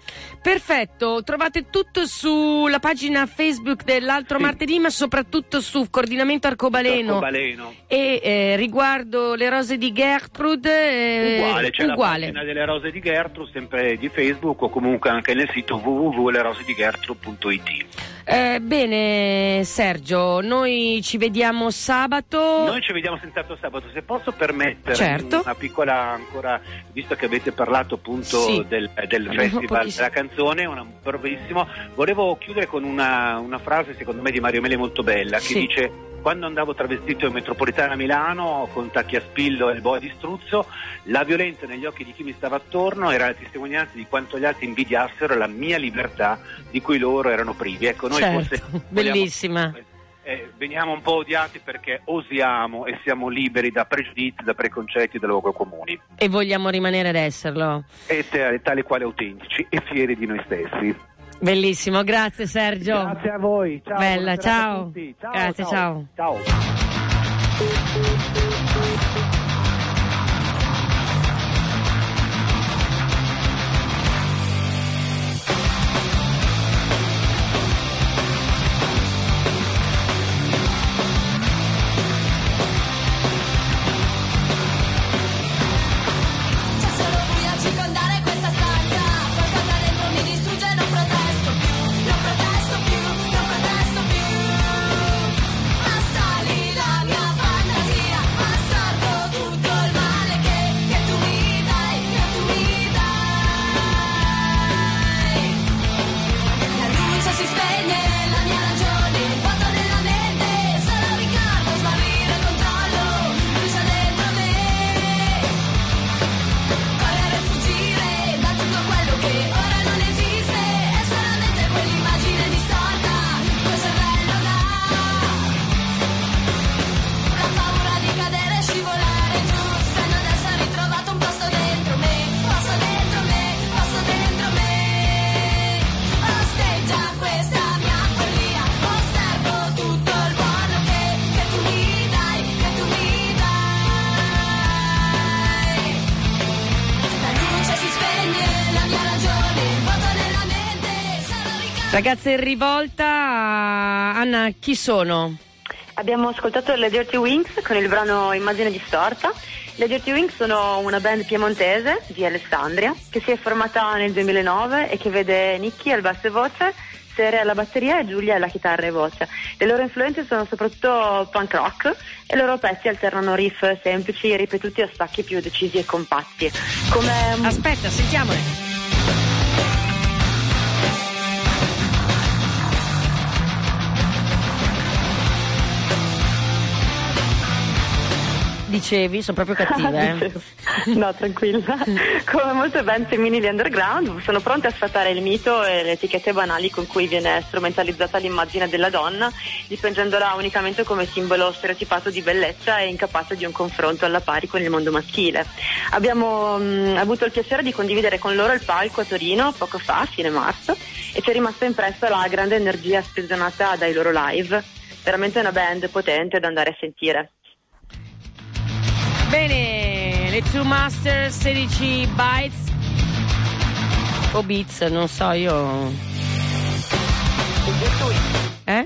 Perfetto, trovate tutto sulla pagina Facebook dell'altro Sì. martedì, ma soprattutto su Coordinamento Arcobaleno. Arcobaleno. E eh, riguardo le rose di Gertrude, eh, Uguale, c'è uguale. la pagina delle rose di Gertrude, sempre di Facebook, o comunque anche nel sito w w w punto le rose di gertrude punto i t. Eh, bene Sergio, noi ci vediamo sabato. Noi ci vediamo senz'altro sabato, se posso permettere Certo. una piccola ancora, visto che avete parlato appunto Sì. del, del No, festival pochissimo. della canzone, una, bravissimo, volevo chiudere con una, una frase secondo me di Mario Mele molto bella, che Sì. dice: quando andavo travestito in metropolitana a Milano con tacchi a spillo e il boa di struzzo, la violenza negli occhi di chi mi stava attorno era la testimonianza di quanto gli altri invidiassero la mia libertà di cui loro erano privi. Ecco, noi Certo, forse vogliamo- bellissima. Eh, veniamo un po' odiati perché osiamo e siamo liberi da pregiudizi, da preconcetti, da luoghi comuni, E vogliamo rimanere ad esserlo. e te- tali quali autentici e fieri di noi stessi. Bellissimo, grazie Sergio. Grazie a voi, ciao. Bella, buona serata a ciao. tutti. Ciao, Grazie, ciao. Ciao. C'è solo qui a circondare questa stanza. Qualcosa dentro mi distrugge, non protesto più, non protesto più, non protesto più. Assali la mia fantasia, assorbo tutto il male che, che tu mi dai, che tu mi dai. La luce si spegne, la mia ragione, il vuoto nella mente, solo ricordo, smarrire il controllo, brucia dentro me. Correre e fuggire da tutto quello che ora non esiste, è solamente quell'immagine distorta, col cervello dà la paura di cadere e scivolare giù, sento adesso ho ritrovato un posto dentro me, posto dentro me, posto dentro me. Osteggia questa mia follia, osservo tutto il buono che, che tu mi dai, che tu mi dai. La luce si spegne, la mia ragione, il vuoto nella mente, solo ricordo. Ragazze in rivolta, Anna, chi sono? Abbiamo ascoltato le Dirty Wings con il brano Immagine distorta. Le Dirty Wings sono una band piemontese di Alessandria che si è formata nel duemilanove e che vede Nicky al basso e voce, Sere alla batteria e Giulia alla chitarra e voce. Le loro influenze sono soprattutto punk rock e i loro pezzi alternano riff semplici ripetuti a stacchi più decisi e compatti. Come Aspetta, sentiamole. Dicevi, sono proprio cattive. Eh? No, tranquilla. Come molte band femminili underground, sono pronte a sfatare il mito e le etichette banali con cui viene strumentalizzata l'immagine della donna, dipingendola unicamente come simbolo stereotipato di bellezza e incapace di un confronto alla pari con il mondo maschile. Abbiamo mh, avuto il piacere di condividere con loro il palco a Torino poco fa, a fine marzo, e ci è rimasta impressa la grande energia sprigionata dai loro live. Veramente una band potente da andare a sentire. Bene, le Two Masters, sedici bytes o beats, non so io. Eh?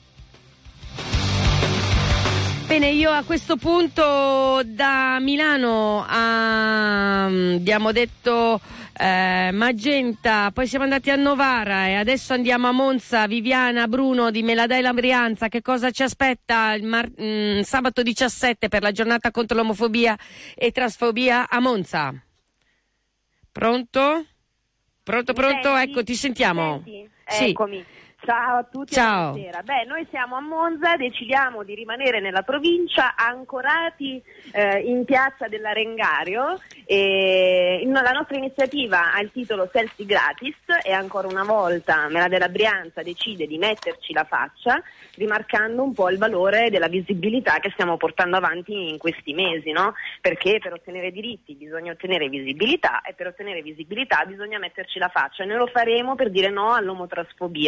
Bene, io a questo punto da Milano a, abbiamo detto eh, Magenta, poi siamo andati a Novara e adesso andiamo a Monza. Viviana, Bruno di Meladella Brianza, che cosa ci aspetta il mar- mh, sabato diciassette per la giornata contro l'omofobia e transfobia a Monza? Pronto? Pronto, pronto? Senti? Ecco, ti sentiamo. Senti? Sì. Eccomi. Ciao a tutti, Ciao. buonasera. Beh, noi siamo a Monza, decidiamo di rimanere nella provincia, ancorati eh, in piazza dell'Arengario. E la nostra iniziativa ha il titolo Selfie Gratis e ancora una volta Meladella Brianza decide di metterci la faccia, rimarcando un po' il valore della visibilità che stiamo portando avanti in questi mesi, no? Perché per ottenere diritti bisogna ottenere visibilità e per ottenere visibilità bisogna metterci la faccia, e noi lo faremo per dire no all'omotransfobia.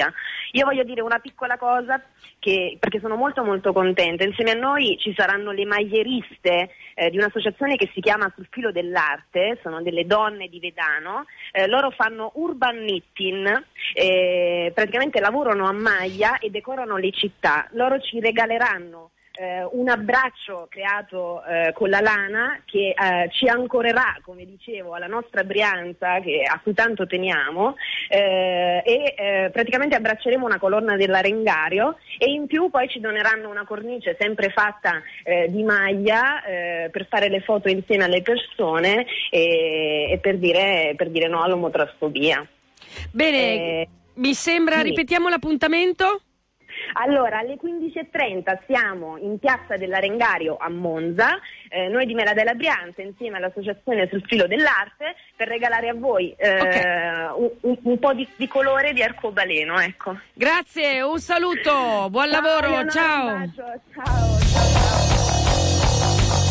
Io voglio dire una piccola cosa, che, perché sono molto molto contenta. Insieme a noi ci saranno le maglieriste eh, di un'associazione che si chiama Sul Filo dell'Arte, sono delle donne di Vedano, eh, loro fanno urban knitting, eh, praticamente lavorano a maglia e decorano le città. Loro ci regaleranno Eh, un abbraccio creato eh, con la lana che eh, ci ancorerà, come dicevo, alla nostra Brianza, che, a cui tanto teniamo, eh, e eh, praticamente abbracceremo una colonna dell'Arengario, e in più poi ci doneranno una cornice sempre fatta eh, di maglia eh, per fare le foto insieme alle persone e, e per dire, per dire no all'omotrasfobia. Bene, Eh, mi sembra, sì. ripetiamo l'appuntamento? Allora, alle quindici e trenta siamo in piazza dell'Arengario a Monza, eh, noi di Mela della Brianza insieme all'Associazione Sul Filo dell'Arte, per regalare a voi eh, Ok. un, un- un po' di, di colore di arcobaleno, ecco. Grazie, un saluto, buon Ciao, lavoro, Leonora, ciao. un bacio, ciao, ciao, ciao.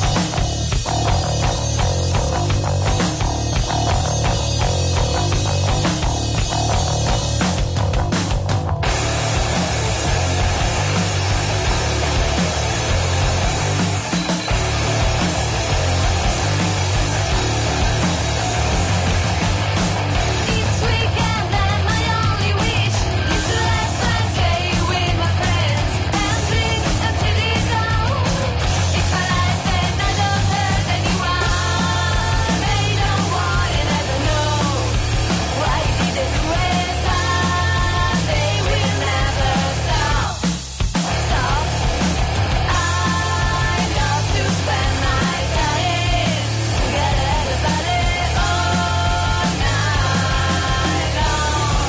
It's weekend and my only wish is to have fun, stay with my friends and drink until the dawn. It's my life and I don't hurt anyone. They don't want it, I don't know why did they do it. They will never stop, stop. I love to spend my time together, everybody, all night long.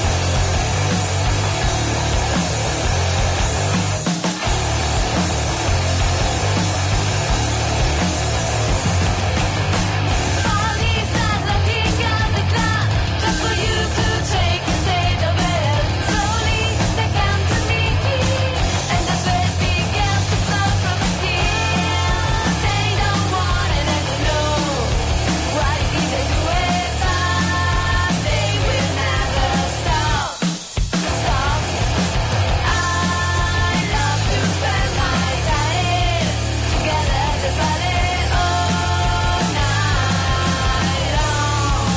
All these nights looking at the clock, just for you to take a state of it. Slowly they come to me, and the sweat begins to flow from my skin. They don't want it, I don't know why did they do it, but they will never stop, stop. I love to spend my time together, everybody, all night long.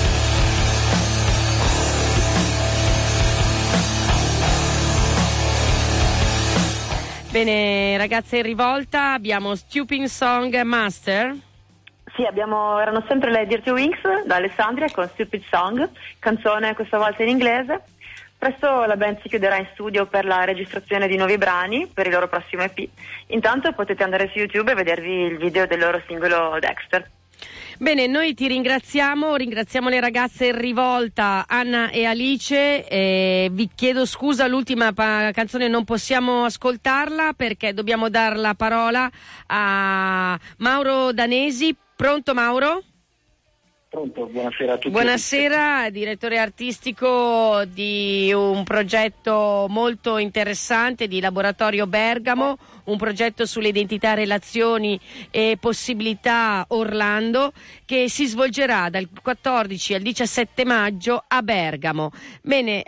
Bene, ragazze in rivolta, abbiamo Stupid Song Master. Sì, abbiamo, erano sempre le Dirty Wings da Alessandria con Stupid Song, canzone questa volta in inglese. Presto la band si chiuderà in studio per la registrazione di nuovi brani per il loro prossimo E P. Intanto potete andare su YouTube e vedervi il video del loro singolo Dexter. Bene, noi ti ringraziamo, ringraziamo le ragazze in rivolta, Anna e Alice, e vi chiedo scusa, l'ultima pa- canzone non possiamo ascoltarla perché dobbiamo dar la parola a Mauro Danesi. Pronto Mauro? Pronto, buonasera a tutti. Buonasera, direttore artistico di un progetto molto interessante di Laboratorio Bergamo, un progetto sulle identità, relazioni e possibilità Orlando, che si svolgerà dal quattordici al diciassette maggio a Bergamo. Bene,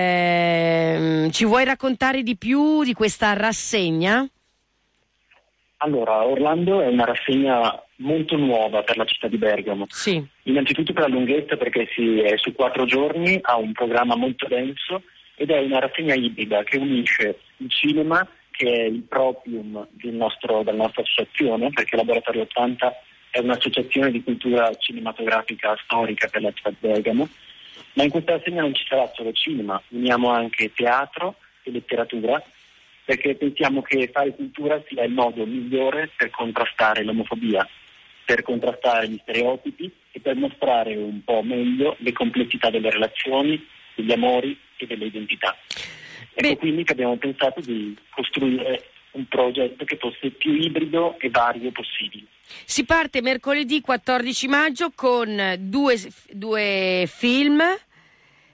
ehm, ci vuoi raccontare di più di questa rassegna? Allora, Orlando è una rassegna molto nuova per la città di Bergamo. Sì. Innanzitutto per la lunghezza, perché si è su quattro giorni, ha un programma molto denso ed è una rassegna ibrida che unisce il cinema, che è il proprium del nostro, della nostra associazione, perché Laboratorio ottanta è un'associazione di cultura cinematografica storica per la città di Bergamo, ma in questa rassegna non ci sarà solo cinema, uniamo anche teatro e letteratura, perché pensiamo che fare cultura sia il modo migliore per contrastare l'omofobia, per contrastare gli stereotipi e per mostrare un po' meglio le complessità delle relazioni, degli amori e delle identità. Ecco Beh. quindi che abbiamo pensato di costruire un progetto che fosse più ibrido e vario possibile. Si parte mercoledì quattordici maggio con due, due film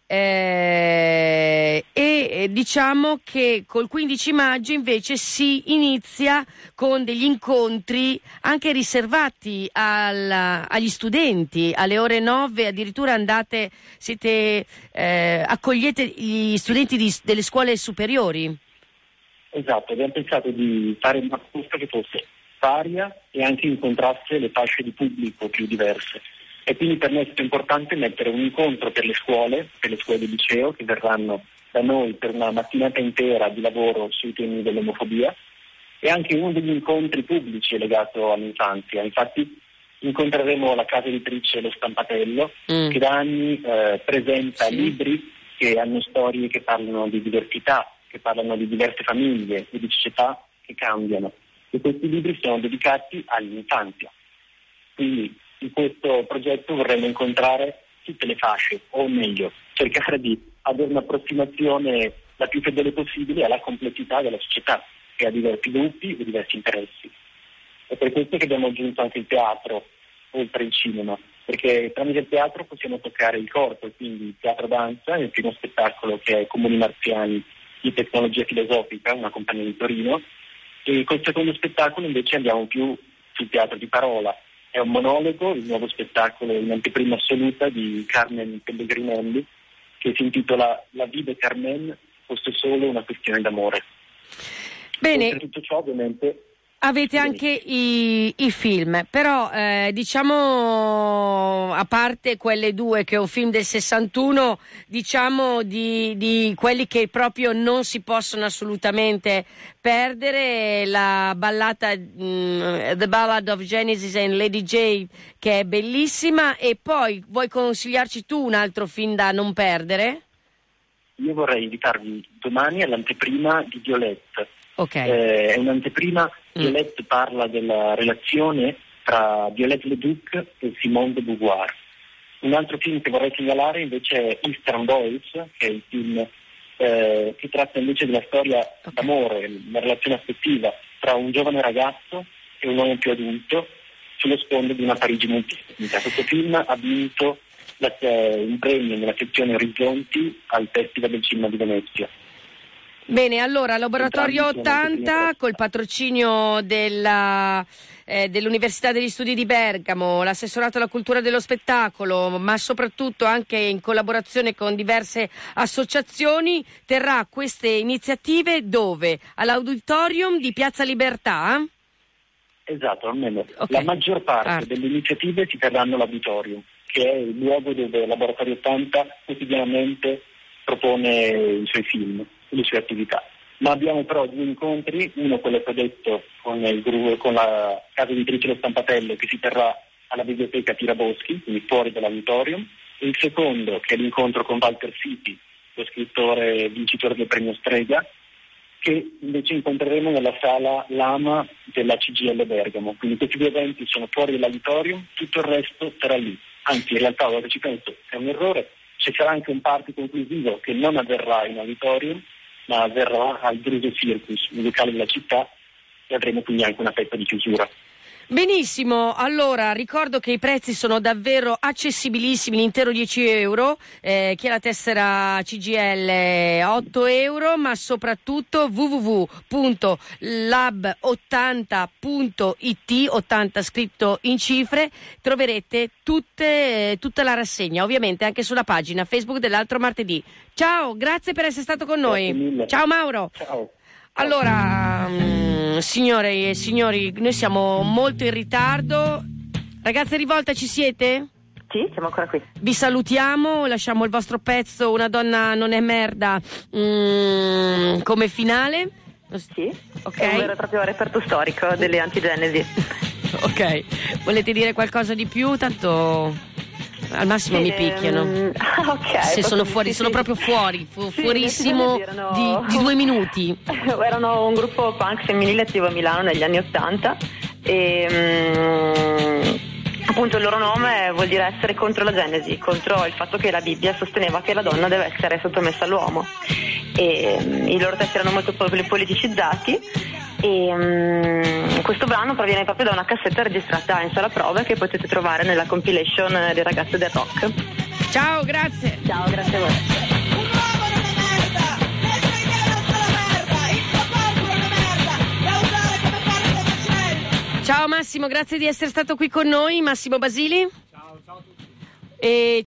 eh, e eh, diciamo che col quindici maggio invece si inizia con degli incontri anche riservati al, agli studenti, alle ore nove addirittura andate, siete, eh, accogliete gli studenti di, delle scuole superiori. Esatto, abbiamo pensato di fare una proposta che fosse varia e anche incontrasse le fasce di pubblico più diverse. E quindi per me è stato importante mettere un incontro per le scuole, per le scuole del liceo, che verranno da noi per una mattinata intera di lavoro sui temi dell'omofobia, e anche uno degli incontri pubblici legato all'infanzia. Infatti incontreremo la casa editrice Lo Stampatello, mm. che da anni eh, presenta sì. libri che hanno storie che parlano di diversità, che parlano di diverse famiglie e di società che cambiano. E questi libri sono dedicati all'infanzia. Quindi in questo progetto vorremmo incontrare tutte le fasce, o meglio, cercare di avere un'approssimazione la più fedele possibile alla complessità della società, che ha diversi gruppi e diversi interessi. È per questo che abbiamo aggiunto anche il teatro, oltre il cinema, perché tramite il teatro possiamo toccare il corpo, e quindi il teatro danza è il primo spettacolo che è Comuni Marziani di tecnologia filosofica, una compagnia di Torino, e col secondo spettacolo invece andiamo più sul teatro di parola. È un monologo, il nuovo spettacolo in anteprima assoluta di Carmen Pellegrinelli, che si intitola La vita Carmen fosse solo una questione d'amore. Bene. Oltre tutto ciò, ovviamente, avete anche i, i film, però eh, diciamo, a parte quelle due che è un film del sessantuno, diciamo di, di quelli che proprio non si possono assolutamente perdere, la ballata mh, The Ballad of Genesis and Lady J, che è bellissima, e poi vuoi consigliarci tu un altro film da non perdere? Io vorrei invitarvi domani all'anteprima di Violette. Okay. Eh, è un'anteprima. Violette mm. parla della relazione tra Violette Leduc e Simone de Beauvoir. Un altro film che vorrei segnalare invece è Eastern Boys, che è il film eh, che tratta invece della storia okay. d'amore, la relazione affettiva tra un giovane ragazzo e un uomo più adulto sullo sfondo di una Parigi multietnica. Questo film ha vinto la, eh, un premio nella sezione Orizzonti al Festival del Cinema di Venezia. Bene, allora, Laboratorio ottanta col patrocinio della, eh, dell'Università degli Studi di Bergamo, l'Assessorato alla Cultura dello Spettacolo, ma soprattutto anche in collaborazione con diverse associazioni, terrà queste iniziative dove? All'Auditorium di Piazza Libertà? Esatto, almeno. Okay. La maggior parte ah. delle iniziative si terranno all'Auditorium, che è il luogo dove Laboratorio ottanta quotidianamente propone i suoi film, le sue attività. Ma abbiamo però due incontri, uno quello che ho detto con, il gruppo, con la casa editrice Lo Stampatello, che si terrà alla biblioteca Tiraboschi, quindi fuori dall'auditorium, e il secondo che è l'incontro con Walter Siti, lo scrittore vincitore del premio Strega, che invece incontreremo nella sala Lama della C G I L Bergamo. Quindi questi due eventi sono fuori dall'auditorium, tutto il resto sarà lì. Anzi, in realtà ora che ci penso è un errore, ci sarà anche un party conclusivo che non avverrà in auditorium, ma avverrà al Druso Circus, un locale della città, e avremo quindi anche una festa di chiusura. Benissimo, allora ricordo che i prezzi sono davvero accessibilissimi, l'intero dieci euro, eh, chi ha la tessera C G I L otto euro, ma soprattutto w w w punto lab ottanta punto i t, ottanta scritto in cifre, troverete tutte, tutta la rassegna, ovviamente anche sulla pagina Facebook dell'Altro Martedì. Ciao, grazie per essere stato con noi. Ciao Mauro. Ciao. Allora, mh, signore e signori, noi siamo molto in ritardo. Ragazze Rivolta, ci siete? Sì, siamo ancora qui. Vi salutiamo, lasciamo il vostro pezzo Una donna non è merda mh, come finale. Sì, ok. È un vero e proprio reperto storico delle antigenesi. Ok, volete dire qualcosa di più? Tanto al massimo sì, mi picchiano. Um, ok. Se sono fuori, sì, sono sì. proprio fuori, fu- Sì, fuorissimo erano... di, di due minuti. Erano un gruppo punk femminile attivo a Milano negli anni Ottanta e um, appunto il loro nome vuol dire essere contro la Genesi, contro il fatto che la Bibbia sosteneva che la donna deve essere sottomessa all'uomo. E um, i loro testi erano molto politicizzati. E um, questo brano proviene proprio da una cassetta registrata in sala prove che potete trovare nella compilation Le ragazze del rock. Ciao, grazie. Ciao, grazie a voi. Ciao Massimo, grazie di essere stato qui con noi. Massimo Basili. Ciao, ciao a tutti. E